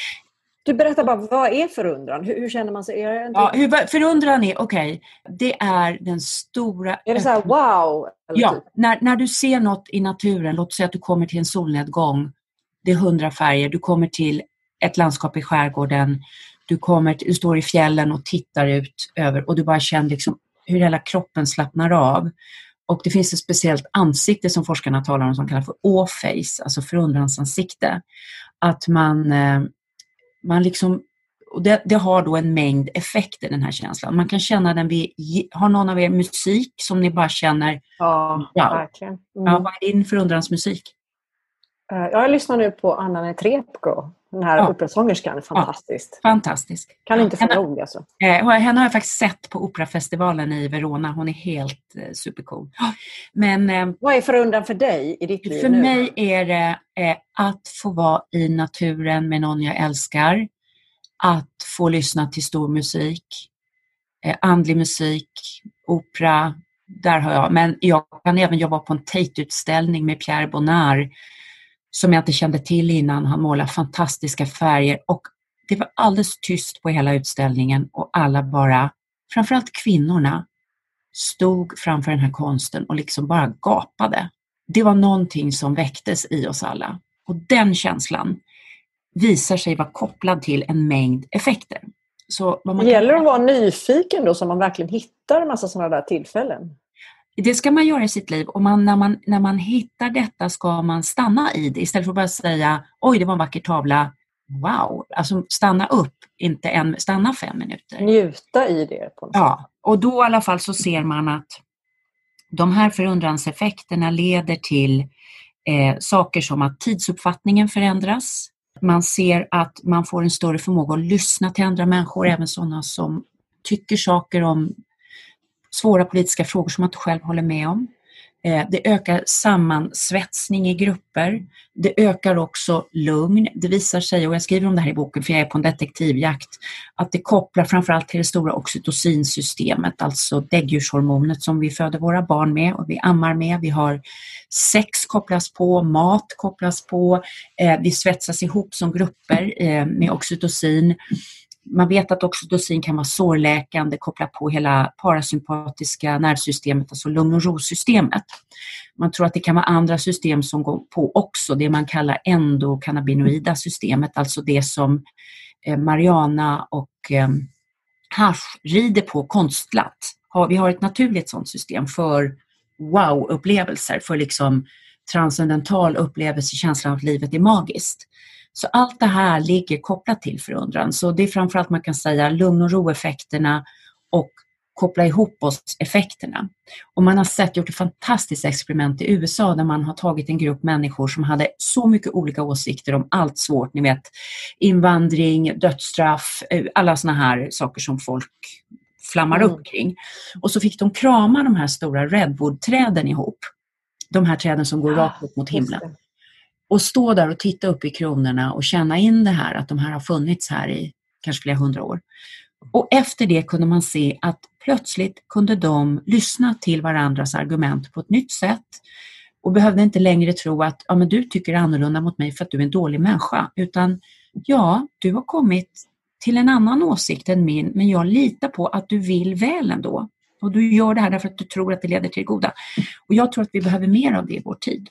Speaker 1: Du berättar bara, vad är förundran? Hur, hur känner man sig? Är det inte...
Speaker 3: Ja, hur, förundran är, okej, okay, det är den stora...
Speaker 1: Är det så här, wow? Eller
Speaker 3: ja,
Speaker 1: typ?
Speaker 3: när, när du ser något i naturen, låt säga att du kommer till en solnedgång, det är hundra färger, du kommer till ett landskap i skärgården, du, kommer, du står i fjällen och tittar ut över och du bara känner liksom hur hela kroppen slappnar av. Och det finns ett speciellt ansikte som forskarna talar om som kallas för awe-face, alltså förundransansikte. Att man... Man liksom, och det, det har då en mängd effekter, den här känslan. Man kan känna den vid, har någon av er musik som ni bara känner,
Speaker 1: ja,
Speaker 3: wow.
Speaker 1: Verkligen. Mm.
Speaker 3: Ja, vad är din förundransmusik?
Speaker 1: Uh, jag lyssnar nu på Anna Netrebko, den här
Speaker 3: ja.
Speaker 1: operasångerskan, fantastiskt.
Speaker 3: Ja, fantastisk.
Speaker 1: Kan inte få
Speaker 3: henne,
Speaker 1: nog alltså.
Speaker 3: Eh, henne har jag faktiskt sett på operafestivalen i Verona, hon är helt eh, supercool. Men, eh,
Speaker 1: vad är förundran för dig i ditt liv
Speaker 3: för
Speaker 1: nu?
Speaker 3: För mig är det eh, att få vara i naturen med någon jag älskar. Att få lyssna till stor musik, eh, andlig musik, opera, där har jag. Men jag kan även jobba på en Tate-utställning med Pierre Bonnard som jag inte kände till innan. Han målar fantastiska färger och det var alldeles tyst på hela utställningen och alla bara, framförallt kvinnorna, stod framför den här konsten och liksom bara gapade. Det var någonting som väcktes i oss alla. Och den känslan visar sig vara kopplad till en mängd effekter. Så vad man
Speaker 1: det gäller
Speaker 3: kan...
Speaker 1: att vara nyfiken då, så man verkligen hittar en massa sådana där tillfällen.
Speaker 3: Det ska man göra i sitt liv. Och man, när, man, när man hittar detta ska man stanna i det. Istället för att bara säga, oj det var en vacker tavla. Wow. Alltså stanna upp, inte en, stanna fem minuter.
Speaker 1: Njuta i det på något sätt.
Speaker 3: Ja, och då i alla fall så ser man att de här förundranseffekterna leder till eh, saker som att tidsuppfattningen förändras. Man ser att man får en större förmåga att lyssna till andra människor, även sådana som tycker saker om svåra politiska frågor som man inte själv håller med om. Det ökar sammansvetsning i grupper. Det ökar också lugn. Det visar sig, och jag skriver om det här i boken för jag är på en detektivjakt, att det kopplar framförallt till det stora oxytocinsystemet, alltså däggdjurshormonet som vi föder våra barn med och vi ammar med. Vi har sex kopplas på, mat kopplas på, vi svetsas ihop som grupper med oxytocin. Man vet att oxytocin kan vara sårläkande, koppla på hela parasympatiska nervsystemet, alltså lugn- och rosystemet. Man tror att det kan vara andra system som går på också, det man kallar endokannabinoida systemet, alltså det som marijuana och hasch rider på konstlat. Vi har ett naturligt sådant system för wow-upplevelser, för liksom transcendental upplevelse, känslan av att livet är magiskt. Så allt det här ligger kopplat till förundran. Så det är framförallt man kan säga lugn- och ro-effekterna och koppla ihop oss effekterna. Och man har sett, gjort ett fantastiskt experiment i U S A där man har tagit en grupp människor som hade så mycket olika åsikter om allt svårt. Ni vet, invandring, dödsstraff, alla såna här saker som folk flammar mm. upp kring. Och så fick de krama de här stora redwood-träden ihop. De här träden som går rakt upp mot himlen. Och stå där och titta upp i kronorna och känna in det här, att de här har funnits här i kanske flera hundra år. Och efter det kunde man se att plötsligt kunde de lyssna till varandras argument på ett nytt sätt och behövde inte längre tro att ja, men du tycker annorlunda mot mig för att du är en dålig människa, utan ja, du har kommit till en annan åsikt än min, men jag litar på att du vill väl ändå. Och du gör det här därför att du tror att det leder till det goda. Och jag tror att vi behöver mer av det i vår tid.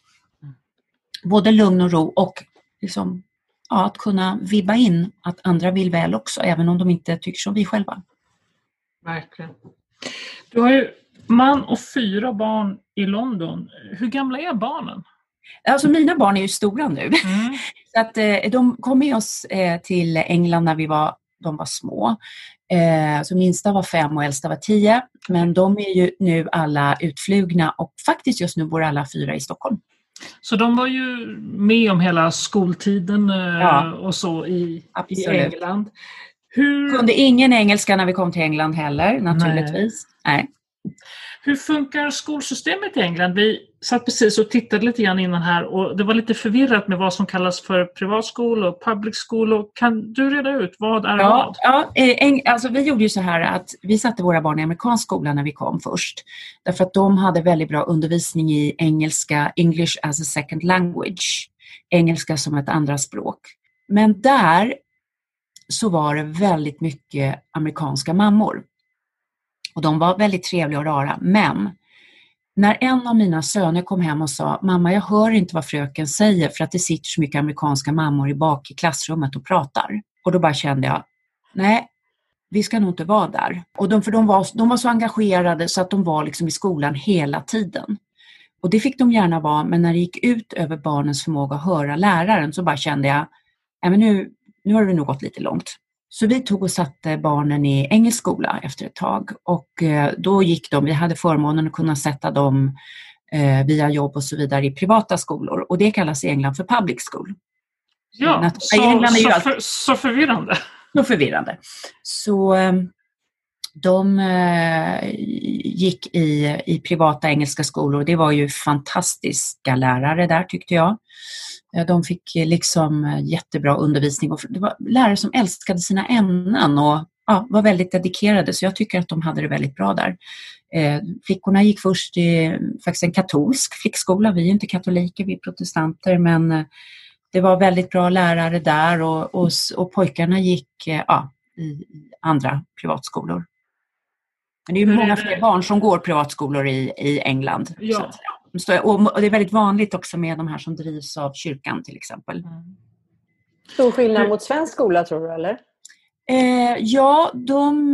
Speaker 3: Både lugn och ro och liksom, ja, att kunna vibba in att andra vill väl också, även om de inte tycker som vi själva.
Speaker 4: Verkligen. Du har ju man och fyra barn i London. Hur gamla är barnen?
Speaker 3: Alltså mina barn är ju stora nu. Mm. Så att eh, de kom med oss eh, till England när vi var, de var små. Eh, så minsta var fem och äldsta var tio. Men de är ju nu alla utflugna och faktiskt just nu bor alla fyra i Stockholm.
Speaker 4: Så de var ju med om hela skoltiden eh, ja. och så i, i England.
Speaker 3: Hur... Kunde ingen engelska när vi kom till England heller, naturligtvis. Nej. Nej.
Speaker 4: Hur funkar skolsystemet i England? Vi satt precis och tittade lite grann innan här och det var lite förvirrat med vad som kallas för privatskolor och public school. Kan du reda ut vad är
Speaker 3: ja,
Speaker 4: vad?
Speaker 3: Ja, en, alltså vi gjorde ju så här att vi satte våra barn i amerikansk skola när vi kom först. Därför att de hade väldigt bra undervisning i engelska, English as a second language. Engelska som ett andra språk. Men där så var det väldigt mycket amerikanska mammor. Och de var väldigt trevliga och rara. Men när en av mina söner kom hem och sa mamma, jag hör inte vad fröken säger för att det sitter så mycket amerikanska mammor i bak i klassrummet och pratar. Och då bara kände jag, nej, vi ska nog inte vara där. Och de, för de var, de var så engagerade så att de var liksom i skolan hela tiden. Och det fick de gärna vara, men när det gick ut över barnens förmåga att höra läraren så bara kände jag, nej men nu, nu har det nog gått lite långt. Så vi tog och satte barnen i engelsk skola efter ett tag och eh, då gick de, vi hade förmånen att kunna sätta dem eh, via jobb och så vidare i privata skolor och det kallas i England för public school.
Speaker 4: Ja, Nat- så, England är ju så, alltid... för, så förvirrande.
Speaker 3: Så förvirrande. Så eh, de eh, gick i, i privata engelska skolor och det var ju fantastiska lärare där tyckte jag. De fick liksom jättebra undervisning och det var lärare som älskade sina ämnen och ja, var väldigt dedikerade så jag tycker att de hade det väldigt bra där. Eh, flickorna gick först i faktiskt en katolsk flickskola, vi är inte katoliker, vi är protestanter men det var väldigt bra lärare där och, och, och pojkarna gick eh, ja, i, i andra privatskolor. Men det är ju många fler barn som går privatskolor i, i England.
Speaker 4: Ja.
Speaker 3: Så att, ja. Och det är väldigt vanligt också med de här som drivs av kyrkan till exempel. Mm.
Speaker 1: Stor skillnad mot svensk skola tror du eller?
Speaker 3: Eh, ja, de,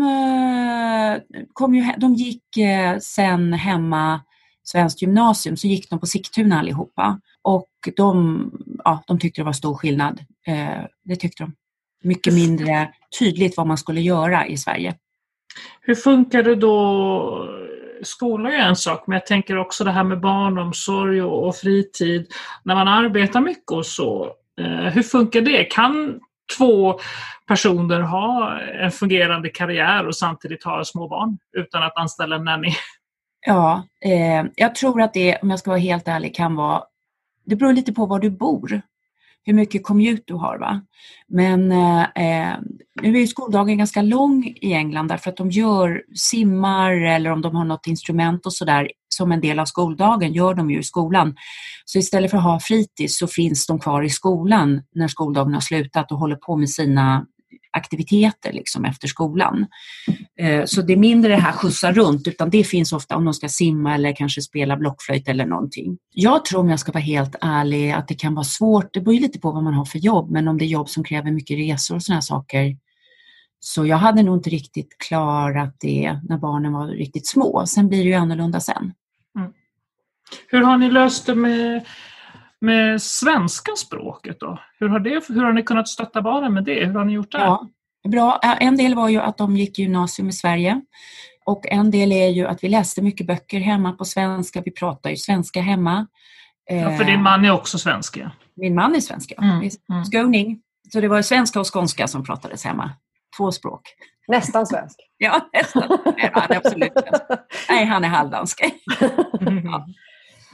Speaker 3: eh, kom ju, de gick eh, sen hemma svenskt gymnasium så gick de på Sigtuna allihopa. Och de, ja, de tyckte det var stor skillnad. Eh, det tyckte de. Mycket mindre tydligt vad man skulle göra i Sverige.
Speaker 4: Hur funkar det då? Skola är en sak, men jag tänker också det här med barnomsorg och, och fritid. När man arbetar mycket och så, eh, hur funkar det? Kan två personer ha en fungerande karriär och samtidigt ha små barn utan att anställa en nanny? Ja,
Speaker 3: eh, jag tror att det, om jag ska vara helt ärlig, kan vara, det beror lite på var du bor. Hur mycket commute du har va. Men eh, nu är ju skoldagen ganska lång i England därför att de gör simmar eller om de har något instrument och sådär som en del av skoldagen gör de ju i skolan. Så istället för att ha fritids så finns de kvar i skolan när skoldagen har slutat och håller på med sina aktiviteter liksom efter skolan. Eh, så det är mindre det här skjutsa runt utan det finns ofta om de ska simma eller kanske spela blockflöjt eller någonting. Jag tror om jag ska vara helt ärlig att det kan vara svårt, det beror ju lite på vad man har för jobb men om det är jobb som kräver mycket resor och sådana här saker så jag hade nog inte riktigt klarat det när barnen var riktigt små. Sen blir det ju annorlunda sen.
Speaker 4: Mm. Hur har ni löst det med Med svenska språket då? Hur har, det, hur har ni kunnat stötta barnen med det? Hur har ni gjort det?
Speaker 3: Ja, bra. En del var ju att de gick gymnasium i Sverige. Och en del är ju att vi läste mycket böcker hemma på svenska. Vi pratar ju svenska hemma.
Speaker 4: Ja, för din man är också svenska.
Speaker 3: Min man är svenska. Mm, mm. Skåning. Så det var svenska och skånska som pratades hemma. Två språk.
Speaker 1: Nästan svensk.
Speaker 3: Ja, nästan. Nej, han är absolut svensk. Nej, han är halvdansk. Ja.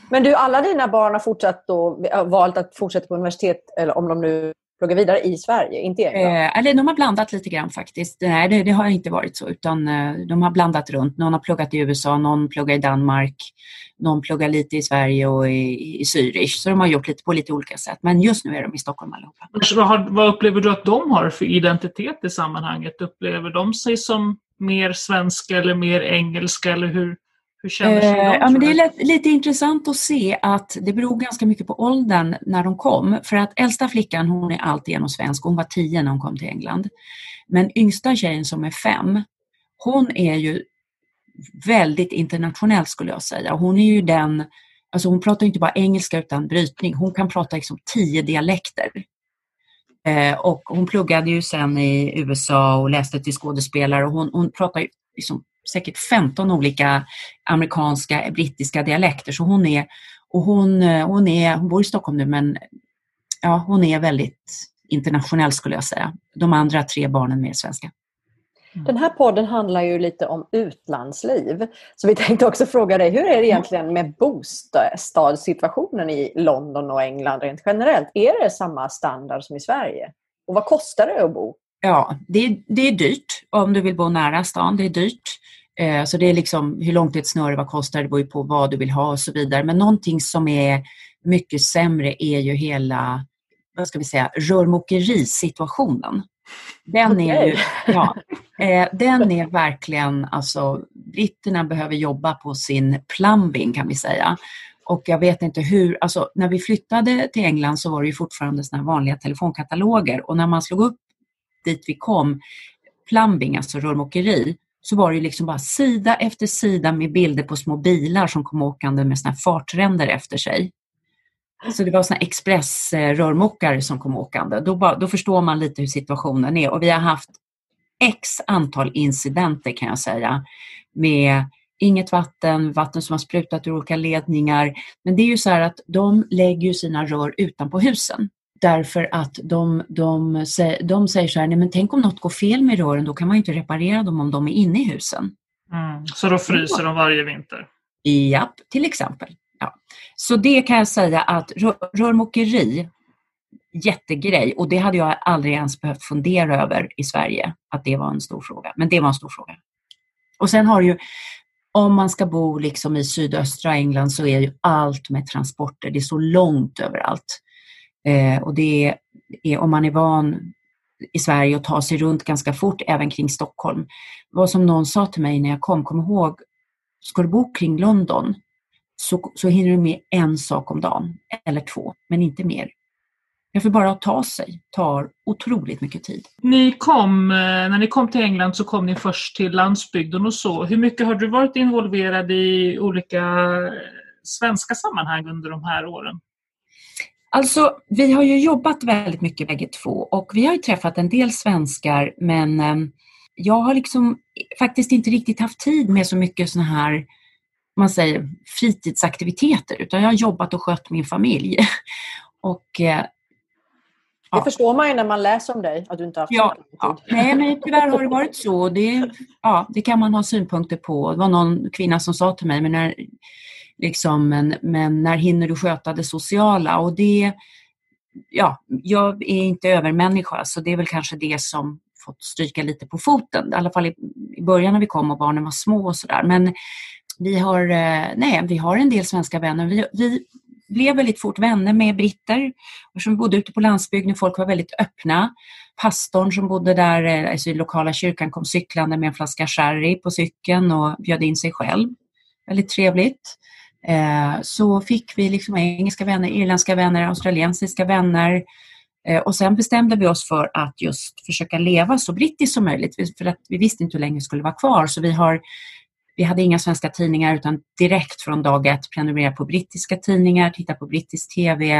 Speaker 1: Men du, alla dina barn har fortsatt då, valt att fortsätta på universitet, eller om de nu pluggar vidare i Sverige, inte i England?
Speaker 3: Eh, eller de har blandat lite grann faktiskt. Nej, det, det har inte varit så, utan eh, de har blandat runt. Någon har pluggat i U S A, någon pluggar i Danmark, någon pluggar lite i Sverige och i, i Zürich. Så de har gjort lite på lite olika sätt. Men just nu är de i Stockholm allihopa.
Speaker 4: Vad, har, vad upplever du att de har för identitet i sammanhanget? Upplever de sig som mer svenska eller mer engelska, eller hur, hur känner sig
Speaker 3: eh,
Speaker 4: de?
Speaker 3: Ja, men det är lite, lite intressant att se att det beror ganska mycket på åldern när de kom. För att äldsta flickan, hon är alltigenom svensk. Hon var tio när hon kom till England. Men yngsta tjejen som är fem, hon är ju väldigt internationell skulle jag säga. Hon är ju den, alltså hon pratar inte bara engelska utan brytning. Hon kan prata liksom tio dialekter. Eh, och hon pluggade ju sen i U S A och läste till skådespelare. Och hon, hon pratar ju liksom säkert femton olika amerikanska, brittiska dialekter. Så hon är, och hon, hon är, hon bor i Stockholm nu, men ja, hon är väldigt internationell skulle jag säga. De andra tre barnen är svenska.
Speaker 1: Den här podden handlar ju lite om utlandsliv. Så vi tänkte också fråga dig, hur är det egentligen med bostadssituationen i London och England rent generellt? Är det samma standard som i Sverige? Och vad kostar det att bo?
Speaker 3: Ja, det, det är dyrt om du vill bo nära stan. Det är dyrt. Eh, så det är liksom hur långt ett snöre, vad kostar det, beror ju på vad du vill ha och så vidare. Men någonting som är mycket sämre är ju hela, vad ska vi säga, rörmokerisituationen. Den okay. är ju, ja, eh, den är verkligen, alltså britterna behöver jobba på sin plumbing kan vi säga. Och jag vet inte hur, alltså när vi flyttade till England så var det ju fortfarande såna här vanliga telefonkataloger. Och när man slog upp dit vi kom, plumbing, alltså rörmokeri, så var det ju liksom bara sida efter sida med bilder på små bilar som kom åkande med såna här fartränder efter sig. Så det var såna expressrörmokare som kom åkande. Då, bara, då förstår man lite hur situationen är. Och vi har haft x antal incidenter kan jag säga. Med inget vatten, vatten som har sprutat ur olika ledningar. Men det är ju så här att de lägger ju sina rör utanpå husen. Därför att de, de, de säger så här, nej men tänk om något går fel med rören, då kan man ju inte reparera dem om de är inne i husen.
Speaker 4: Mm. Så då fryser de varje vinter?
Speaker 3: Ja, till exempel. Ja. Så det kan jag säga att rör, rörmokeri, jättegrej. Och det hade jag aldrig ens behövt fundera över i Sverige, att det var en stor fråga. Men det var en stor fråga. Och sen har ju, om man ska bo liksom i sydöstra England så är ju allt med transporter. Det är så långt överallt. Eh, och det är, är, om man är van i Sverige att ta sig runt ganska fort, även kring Stockholm. Vad som någon sa till mig när jag kom, kom ihåg, ska du bo kring London så, så hinner du med en sak om dagen, eller två, men inte mer. För bara att ta sig tar otroligt mycket tid.
Speaker 4: Ni kom, när ni kom till England så kom ni först till landsbygden och så. Hur mycket har du varit involverad i olika svenska sammanhang under de här åren?
Speaker 3: Alltså, vi har ju jobbat väldigt mycket bägge två och vi har ju träffat en del svenskar, men eh, jag har liksom faktiskt inte riktigt haft tid med så mycket såna här, man säger, fritidsaktiviteter, utan jag har jobbat och skött min familj. och eh,
Speaker 1: Det ja. förstår man ju när man läser om dig, att du inte har haft
Speaker 3: ja,
Speaker 1: tid.
Speaker 3: Ja. Nej, men tyvärr har det varit så. Det, ja, det kan man ha synpunkter på. Det var någon kvinna som sa till mig, men när, liksom, men, men när hinner du sköta det sociala? Och det, ja, jag är inte övermänniska, så det är väl kanske det som fått stryka lite på foten. I alla fall i, i början när vi kom och barnen var små och sådär. Men vi har, nej, vi har en del svenska vänner. Vi, vi blev väldigt fort vänner med britter som bodde ute på landsbygden. Folk var väldigt öppna. Pastorn som bodde där, alltså i lokala kyrkan, kom cyklande med en flaska sherry på cykeln och bjöd in sig själv. Väldigt trevligt. Eh, så fick vi liksom engelska vänner, irländska vänner, australiensiska vänner. Eh, och sen bestämde vi oss för att just försöka leva så brittiskt som möjligt. För att vi visste inte hur länge vi skulle vara kvar. Så vi har Vi hade inga svenska tidningar, utan direkt från dag ett prenumerera på brittiska tidningar, titta på brittisk tv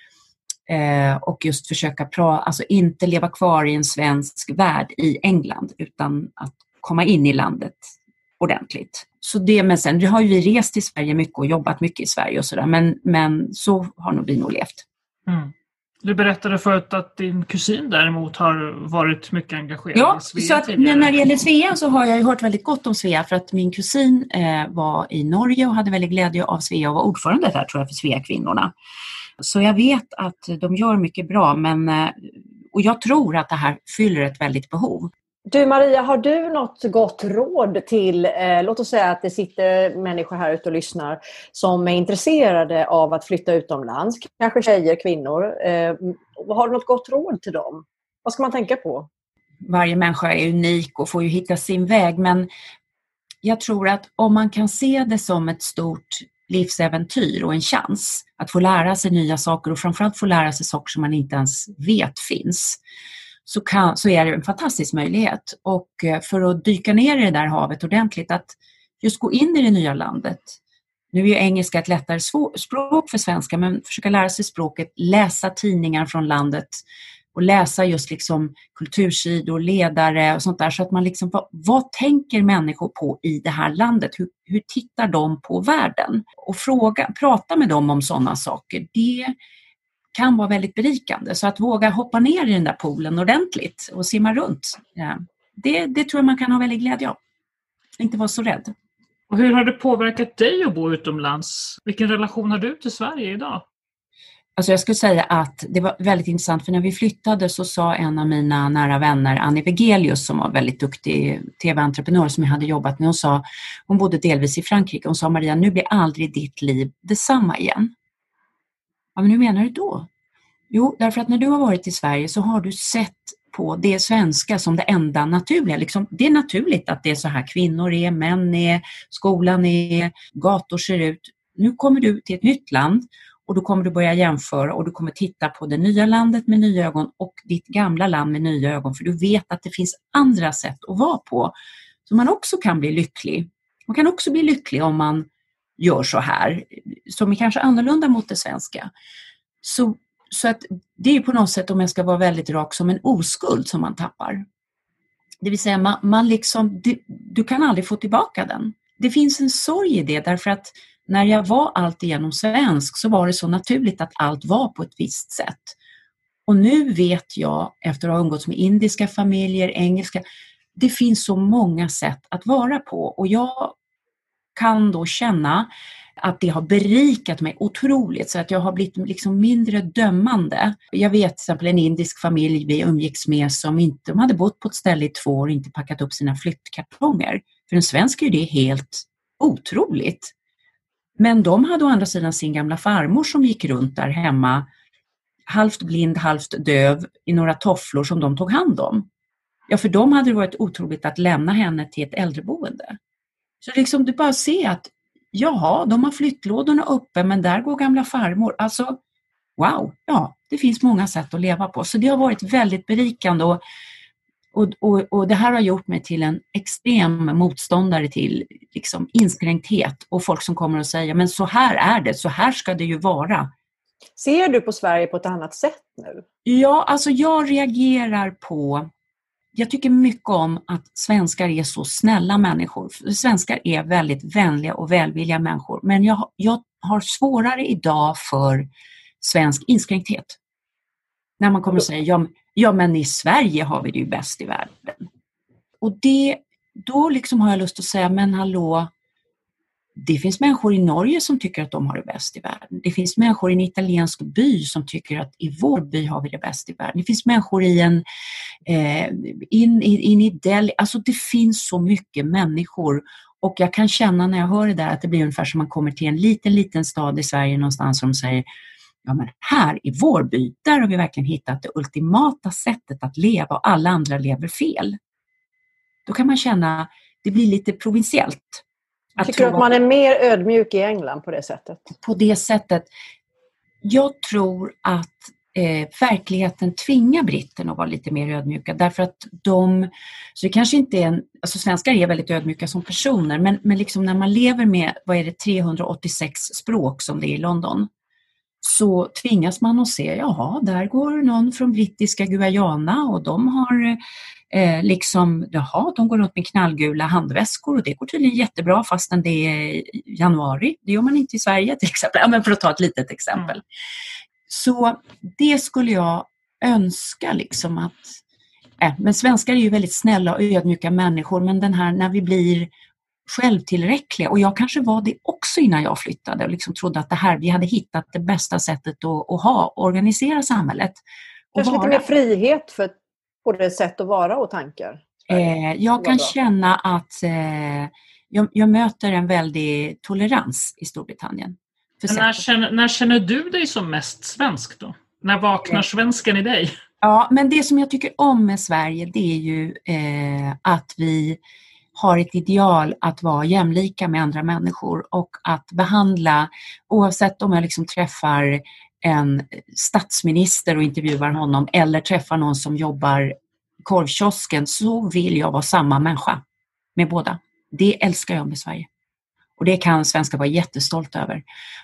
Speaker 3: eh, och just försöka pra, alltså inte leva kvar i en svensk värld i England, utan att komma in i landet ordentligt. Så det, men sen har ju vi rest i Sverige mycket och jobbat mycket i Sverige och sådär, men, men så har nog vi nog levt.
Speaker 4: Mm. Du berättade förut att din kusin däremot har varit mycket engagerad
Speaker 3: ja,
Speaker 4: i Svea
Speaker 3: så att
Speaker 4: tidigare.
Speaker 3: när det gäller Svea så har jag ju hört väldigt gott om Svea för att min kusin eh, var i Norge och hade väldigt glädje av Svea och var ordförande där tror jag för Svea-kvinnorna. Så jag vet att de gör mycket bra men, eh, och jag tror att det här fyller ett väldigt behov.
Speaker 1: Du Maria, har du något gott råd till, eh, låt oss säga att det sitter människor här ute och lyssnar som är intresserade av att flytta utomlands, kanske tjejer, kvinnor. Eh, har du något gott råd till dem? Vad ska man tänka på?
Speaker 3: Varje människa är unik och får ju hitta sin väg men jag tror att om man kan se det som ett stort livsäventyr och en chans att få lära sig nya saker och framförallt få lära sig saker som man inte ens vet finns. Så, kan, så är det en fantastisk möjlighet. Och för att dyka ner i det där havet ordentligt, att just gå in i det nya landet. Nu är ju engelska ett lättare språk för svenska, men försöka lära sig språket, läsa tidningar från landet och läsa just liksom kultursidor, ledare och sånt där. Så att man liksom, vad, vad tänker människor på i det här landet? Hur, hur tittar de på världen? Och fråga, prata med dem om sådana saker. Det kan vara väldigt berikande. Så att våga hoppa ner i den där poolen ordentligt och simma runt. Ja. Det, det tror jag man kan ha väldigt glädje av. Inte vara så rädd.
Speaker 4: Och hur har det påverkat dig att bo utomlands? Vilken relation har du till Sverige idag?
Speaker 3: Alltså jag skulle säga att det var väldigt intressant för när vi flyttade så sa en av mina nära vänner, Annie Vegelius, som var väldigt duktig tv-entreprenör som jag hade jobbat med, hon sa, hon bodde delvis i Frankrike, hon sa Maria, nu blir aldrig ditt liv detsamma igen. Ja, men hur menar du då? Jo, därför att när du har varit i Sverige så har du sett på det svenska som det enda naturliga. Liksom, det är naturligt att det är så här kvinnor är, män är, skolan är, gator ser ut. Nu kommer du till ett nytt land och då kommer du börja jämföra och du kommer titta på det nya landet med nya ögon och ditt gamla land med nya ögon. För du vet att det finns andra sätt att vara på. Så man också kan bli lycklig. Man kan också bli lycklig om man gör så här, som är kanske annorlunda mot det svenska. Så, så att det är på något sätt, om jag ska vara väldigt rak, som en oskuld som man tappar. Det vill säga, man, man liksom, du, du kan aldrig få tillbaka den. Det finns en sorg i det, därför att när jag var alltigenom svensk så var det så naturligt att allt var på ett visst sätt. Och nu vet jag, efter att ha umgåtts med indiska familjer, engelska, det finns så många sätt att vara på. Och jag kan då känna att det har berikat mig otroligt, så att jag har blivit liksom mindre dömande. Jag vet till exempel en indisk familj vi umgicks med som inte, de hade bott på ett ställe i två år och inte packat upp sina flyttkartonger. För en svensk är det helt otroligt. Men de hade å andra sidan sin gamla farmor som gick runt där hemma, halvt blind, halvt döv, i några tofflor som de tog hand om. Ja, för dem hade det varit otroligt att lämna henne till ett äldreboende. Så liksom du bara ser att jaha, de har flyttlådorna uppe men där går gamla farmor. Alltså, wow, ja, det finns många sätt att leva på. Så det har varit väldigt berikande och, och, och, och det här har gjort mig till en extrem motståndare till liksom inskränkthet och folk som kommer och säger, men så här är det, så här ska det ju vara.
Speaker 1: Ser du på Sverige på ett annat sätt nu?
Speaker 3: Ja, alltså jag reagerar på, jag tycker mycket om att svenskar är så snälla människor. Svenskar är väldigt vänliga och välvilliga människor. Men jag, jag har svårare idag för svensk inskränkthet. När man kommer och säger, ja, ja men i Sverige har vi det ju bäst i världen. Och det, då liksom har jag lust att säga, men hallå, det finns människor i Norge som tycker att de har det bäst i världen. Det finns människor i en italiensk by som tycker att i vår by har vi det bäst i världen. Det finns människor i en eh, in, in, in i Delhi. Alltså det finns så mycket människor. Och jag kan känna när jag hör det där att det blir ungefär som man kommer till en liten, liten stad i Sverige någonstans som säger, ja men här i vår by, där har vi verkligen hittat det ultimata sättet att leva och alla andra lever fel. Då kan man känna, det blir lite provinsiellt.
Speaker 1: Jag tycker du att man är mer ödmjuk i England på det sättet? På
Speaker 3: det sättet. Jag tror att eh, verkligheten tvingar britterna att vara lite mer ödmjuka. Därför att de, så det kanske inte är en, alltså svenskar är väldigt ödmjuka som personer. Men, men liksom när man lever med, vad är det, trehundraåttiosex språk som det är i London. Så tvingas man att se, jaha, där går någon från brittiska Guyana och de har eh, liksom, jaha, de går runt med knallgula handväskor och det går tydligen jättebra fastän det är januari. Det gör man inte i Sverige till exempel, ja, men för att ta ett litet exempel. Mm. Så det skulle jag önska liksom att, äh, men svenskar är ju väldigt snälla och ödmjuka människor, men den här när vi blir självtillräckliga, och jag kanske var det också innan jag flyttade och liksom trodde att det här, vi hade hittat det bästa sättet att, att ha, organisera samhället.
Speaker 1: Kanske lite mer frihet för både sätt att vara och tankar.
Speaker 3: Eh, jag kan känna att eh, jag, jag möter en väldig tolerans i Storbritannien.
Speaker 4: När känner, när känner du dig som mest svensk då? När vaknar svensken i dig?
Speaker 3: Ja, men det som jag tycker om med Sverige, det är ju eh, att vi har ett ideal att vara jämlika med andra människor och att behandla, oavsett om jag liksom träffar en statsminister och intervjuar honom eller träffar någon som jobbar korvkiosken, så vill jag vara samma människa med båda. Det älskar jag med Sverige. Och det kan svenskar vara jättestolt över.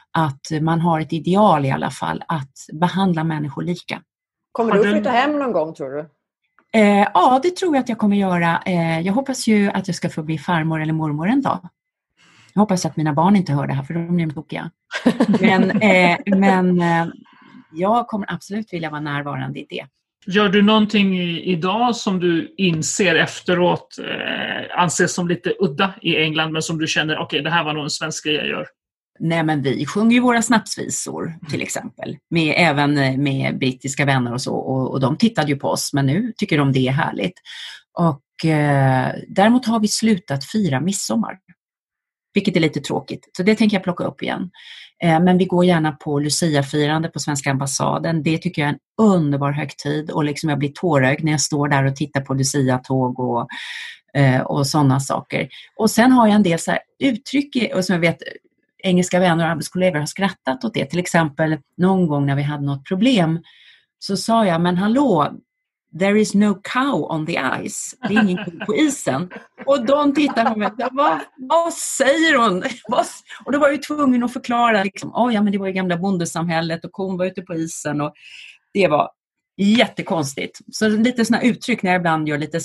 Speaker 3: Att man har ett ideal i alla fall att behandla människor lika.
Speaker 1: Kommer du att flytta hem någon gång, tror du?
Speaker 3: Eh, ja, det tror jag att jag kommer göra. Eh, jag hoppas ju att jag ska få bli farmor eller mormor en dag. Jag hoppas att mina barn inte hör det här, för de blir tokiga. Men, eh, men eh, jag kommer absolut vilja vara närvarande i det.
Speaker 4: Gör du någonting idag som du inser efteråt eh, anses som lite udda i England, men som du känner, okej, okay, det här var nog en svensk grej jag gör?
Speaker 3: Nej, men vi sjunger ju våra snapsvisor till exempel, med, även med brittiska vänner och så, och, och de tittade ju på oss, men nu tycker de det är härligt. Och eh, däremot har vi slutat fira midsommar, vilket är lite tråkigt, så det tänker jag plocka upp igen. Eh, men vi går gärna på Lucia-firande på svenska ambassaden. Det tycker jag är en underbar högtid, och liksom jag blir tårögd när jag står där och tittar på Lucia-tåg och, eh, och sådana saker. Och sen har jag en del så här uttryck, och som jag vet engelska vänner och arbetskollegor har skrattat åt det. Till exempel någon gång när vi hade något problem så sa jag, men hallå, there is no cow on the ice. Det är ingen ko på isen. Och de tittar på mig, vad, vad säger hon? Och då var jag tvungen att förklara, liksom, oh, ja, men det var ju gamla bondesamhället och kon var ute på isen, och det var jättekonstigt. Så lite sådana uttryck när jag ibland gör lite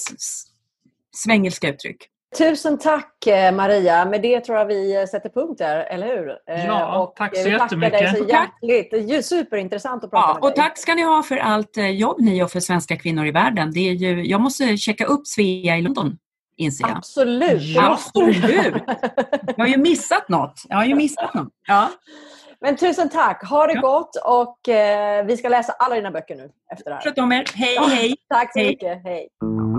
Speaker 3: svängelska uttryck.
Speaker 1: Tusen tack Maria, med det tror jag vi sätter punkt där, eller hur?
Speaker 4: Ja, och tack så jättemycket.
Speaker 1: Dig så hjärtligt. Det är superintressant att prata
Speaker 3: ja,
Speaker 1: med dig.
Speaker 3: Och tack ska ni ha för allt jobb ni gör för svenska kvinnor i världen. Det är ju, jag måste checka upp Svea i London, inser jag.
Speaker 1: Absolut.
Speaker 3: Ja, absolut. Jag har ju missat något. Jag har ju missat något. Ja.
Speaker 1: Men tusen tack, ha det ja. gott, och eh, vi ska läsa alla dina böcker nu efter det här.
Speaker 3: Sköt om er. Hej, ja, hej.
Speaker 1: Tack så
Speaker 3: hej.
Speaker 1: mycket, hej.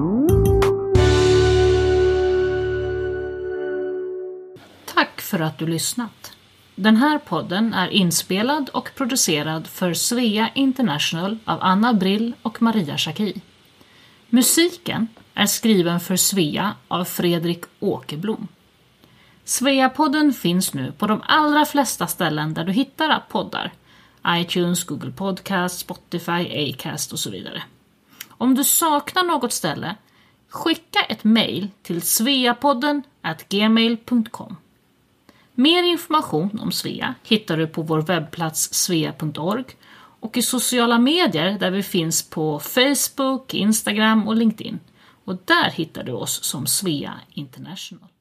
Speaker 2: Tack för att du lyssnat. Den här podden är inspelad och producerad för Svea International av Anna Brill och Maria Schacki. Musiken är skriven för Svea av Fredrik Åkerblom. Svea-podden finns nu på de allra flesta ställen där du hittar poddar. iTunes, Google Podcast, Spotify, Acast och så vidare. Om du saknar något ställe, skicka ett mejl till sveapodden at gmail punkt com. Mer information om Svea hittar du på vår webbplats svea punkt org och i sociala medier där vi finns på Facebook, Instagram och LinkedIn. Och där hittar du oss som Svea International.